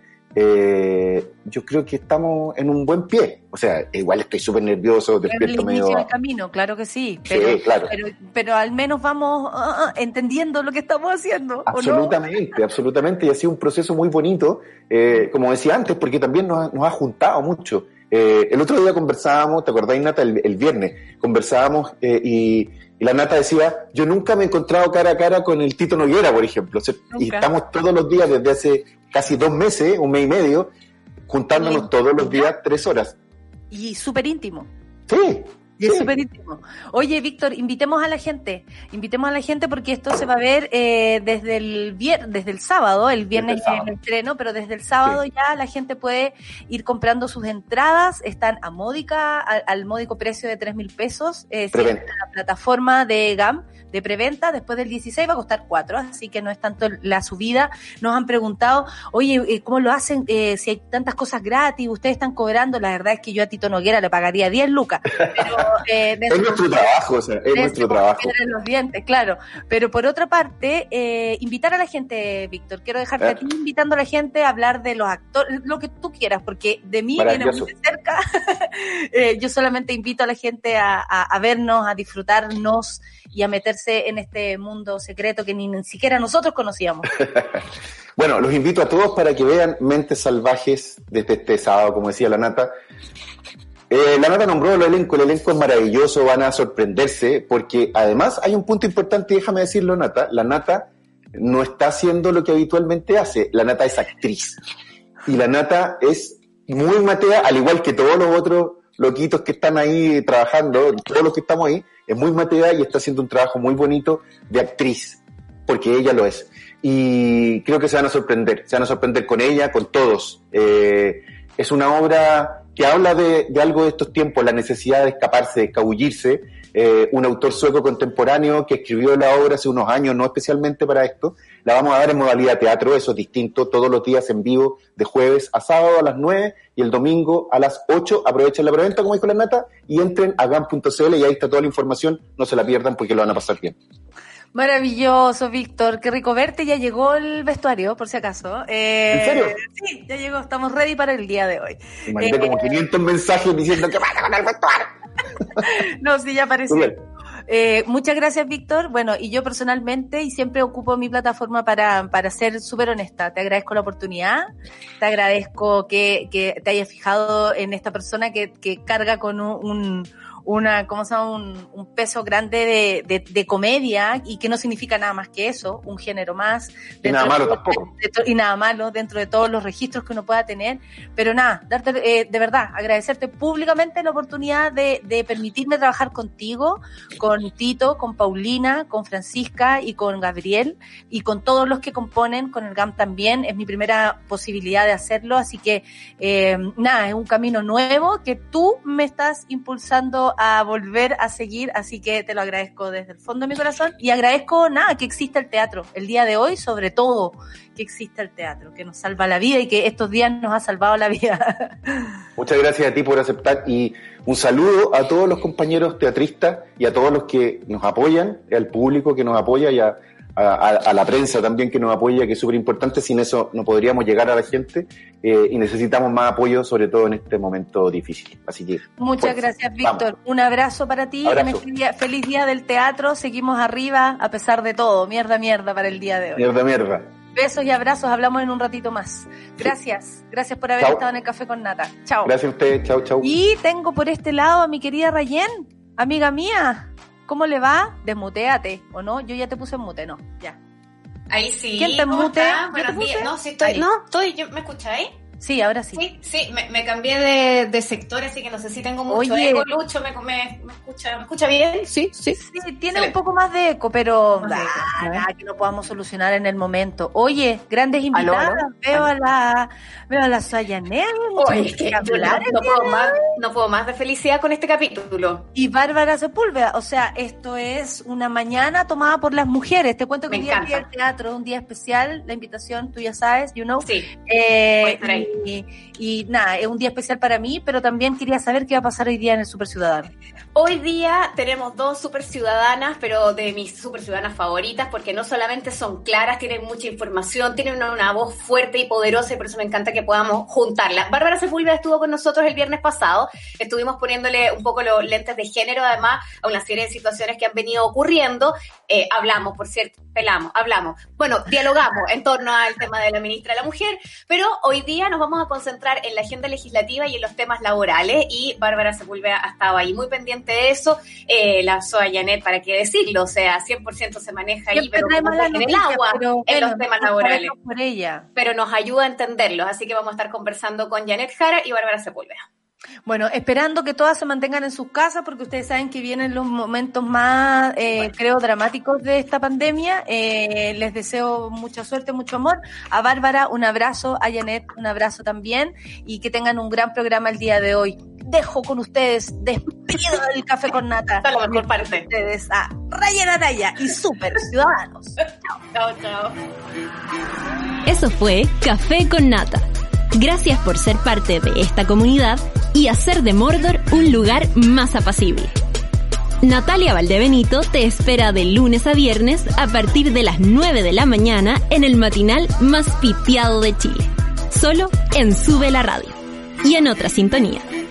eh, yo creo que estamos en un buen pie. O sea, igual estoy súper nervioso, Es el despierto inicio medio... del camino, claro que sí. Sí, Pero, claro. pero, pero al menos vamos ah, ah, entendiendo lo que estamos haciendo. ¿o no? Absolutamente, absolutamente, y ha sido un proceso muy bonito, eh, como decía antes, porque también nos ha, nos ha juntado mucho. Eh, el otro día conversábamos, ¿te acordás, Nata? El, el viernes conversábamos eh, y, y la Nata decía, yo nunca me he encontrado cara a cara con el Tito Noguera, por ejemplo. O sea, y Nunca. estamos todos los días, desde hace casi dos meses, un mes y medio, juntándonos Bien. todos los días tres horas. Y súper íntimo. Sí. Y es sí. súper íntimo. Oye, Víctor, invitemos a la gente. Invitemos a la gente porque esto se va a ver eh, desde el vier desde el sábado. El viernes Desde el es sábado. el estreno, pero desde el sábado Sí. ya la gente puede ir comprando sus entradas. Están a módica, al, al módico precio de tres mil pesos. Eh, si Preventa. entran a la plataforma de G A M de preventa, después del dieciséis va a costar cuatro, así que no es tanto la subida. Nos han preguntado, oye, eh, ¿cómo lo hacen? Eh, si hay tantas cosas gratis, ustedes están cobrando. La verdad es que yo a Tito Noguera le pagaría diez lucas, pero eh, de Es nuestro trabajo, o sea, es nuestro trabajo. en los dientes, claro. Pero por otra parte, eh, invitar a la gente, Víctor, quiero dejarte Eh. a ti invitando a la gente a hablar de los actores, lo que tú quieras, porque de mí viene muy Maravilloso. de cerca. Eh, yo solamente invito a la gente a, a, a vernos, a disfrutarnos y a meterse en este mundo secreto que ni, ni siquiera nosotros conocíamos. Bueno, los invito a todos para que vean Mentes Salvajes desde este sábado, como decía la Nata. Eh, la Nata nombró el elenco, el elenco es maravilloso, van a sorprenderse, porque además hay un punto importante, y déjame decirlo, Nata, la Nata no está haciendo lo que habitualmente hace. La Nata es actriz. Y la Nata es muy matea, al igual que todos los otros loquitos que están ahí trabajando, todos los que estamos ahí, es muy matea y está haciendo un trabajo muy bonito de actriz, porque ella lo es. Y creo que se van a sorprender, se van a sorprender con ella, con todos. Eh, es una obra que habla de, de algo de estos tiempos, la necesidad de escaparse, de escabullirse. Eh, un autor sueco contemporáneo que escribió la obra hace unos años, no especialmente para esto. La vamos a dar en modalidad teatro, eso es distinto, todos los días en vivo, de jueves a sábado a las nueve y el domingo a las ocho. Aprovechen la preventa, como dijo la Nata, y entren a gam punto c l y ahí está toda la información, no se la pierdan porque lo van a pasar bien. Maravilloso, Víctor, qué rico verte. Ya llegó el vestuario, por si acaso. Eh, ¿En serio? Sí, ya llegó, estamos ready para el día de hoy. Me mandé eh, como quinientos mensajes diciendo que pasa con el vestuario. No, sí, ya apareció. Eh, muchas gracias, Víctor. Bueno, y yo personalmente, y siempre ocupo mi plataforma para, para ser súper honesta. Te agradezco la oportunidad, te agradezco que, que te hayas fijado en esta persona que, que carga con un, un una, ¿cómo se llama? Un, un peso grande de, de, de comedia, y que no significa nada más que eso, un género más. Y nada malo de, tampoco. De, de, y nada malo dentro de todos los registros que uno pueda tener. Pero nada, darte, eh, de verdad, agradecerte públicamente la oportunidad de, de permitirme trabajar contigo, con Tito, con Paulina, con Francisca y con Gabriel, y con todos los que componen, con el GAM también. Es mi primera posibilidad de hacerlo, así que eh, nada, es un camino nuevo que tú me estás impulsando a volver a seguir, así que te lo agradezco desde el fondo de mi corazón, y agradezco nada que exista el teatro el día de hoy, sobre todo que exista el teatro, que nos salva la vida y que estos días nos ha salvado la vida. Muchas gracias a ti por aceptar, y un saludo a todos los compañeros teatristas y a todos los que nos apoyan, al público que nos apoya y a A, a, a la prensa también que nos apoya, que es súper importante. Sin eso no podríamos llegar a la gente, eh, y necesitamos más apoyo, sobre todo en este momento difícil. Así que muchas fuerza. Gracias, Víctor. Vamos. Un abrazo para ti. Abrazo. En este día, feliz día del teatro. Seguimos arriba a pesar de todo. Mierda, mierda para el día de hoy. Mierda, mierda. Besos y abrazos. Hablamos en un ratito más. Gracias. Gracias por haber Chau. estado en el Café con Nata. Chao. Gracias a ustedes. Chao, chao. Y tengo por este lado a mi querida Rayen, amiga mía. ¿Cómo le va? Desmuteate, ¿o no? Yo ya te puse en mute, ¿no? Ya. Ahí sí. ¿Quién te mute? Buenos días. No, sí estoy. Ahí. No, estoy. Yo, ¿me escucháis? Sí, ahora sí. Sí, sí, me, me cambié de, de sector, así que no sé si tengo mucho Oye. eco. Lucho, ¿me, me, me, escucha, ¿me escucha bien? Sí, sí. Sí, tiene Excelente. Un poco más de eco, pero Más de eco, ah, nada que no podamos solucionar en el momento. Oye, grandes invitadas. ¿Aló, aló? Veo a la veo a la Sayanet. Oye, es que yo no, no, puedo más, no puedo más de felicidad con este capítulo. Y Bárbara Sepúlveda. O sea, esto es una mañana tomada por las mujeres. Te cuento que Me hoy día el día del teatro, un día especial. La invitación, tú ya sabes, you know. Sí. Eh, y, y nada, es un día especial para mí, pero también quería saber qué va a pasar hoy día en el Super Ciudadano. Hoy día tenemos dos super ciudadanas, pero de mis super ciudadanas favoritas, porque no solamente son claras, tienen mucha información, tienen una, una voz fuerte y poderosa, y por eso me encanta que podamos juntarla. Bárbara Sepúlveda estuvo con nosotros el viernes pasado, estuvimos poniéndole un poco los lentes de género, además, a una serie de situaciones que han venido ocurriendo. Eh, hablamos, por cierto, pelamos, hablamos. Bueno, dialogamos en torno al tema de la ministra de la Mujer, pero hoy día nos vamos a concentrar en la agenda legislativa y en los temas laborales, y Bárbara Sepúlveda ha estado ahí muy pendiente de eso. Eh, la Sayanet, para qué decirlo, o sea, cien por ciento se maneja ahí, pero como en noticia, el agua, pero, en bueno, los temas laborales. Por ella. Pero nos ayuda a entenderlos, así que vamos a estar conversando con Janet Jara y Bárbara Sepúlveda. Bueno, esperando que todas se mantengan en sus casas, porque ustedes saben que vienen los momentos más, eh, bueno. creo, dramáticos de esta pandemia. Eh, les deseo mucha suerte, mucho amor. A Bárbara, un abrazo. A Janet, un abrazo también. Y que tengan un gran programa el día de hoy. Dejo con ustedes, despido del Café con Nata. Está la mejor parte. Ustedes a Rayen Araya y Super Ciudadanos. Chao, chao, chao. Eso fue Café con Nata. Gracias por ser parte de esta comunidad y hacer de Mordor un lugar más apacible. Natalia Valdebenito te espera de lunes a viernes a partir de las nueve de la mañana en el matinal más piteado de Chile. Solo en Sube la Radio y en otra sintonía.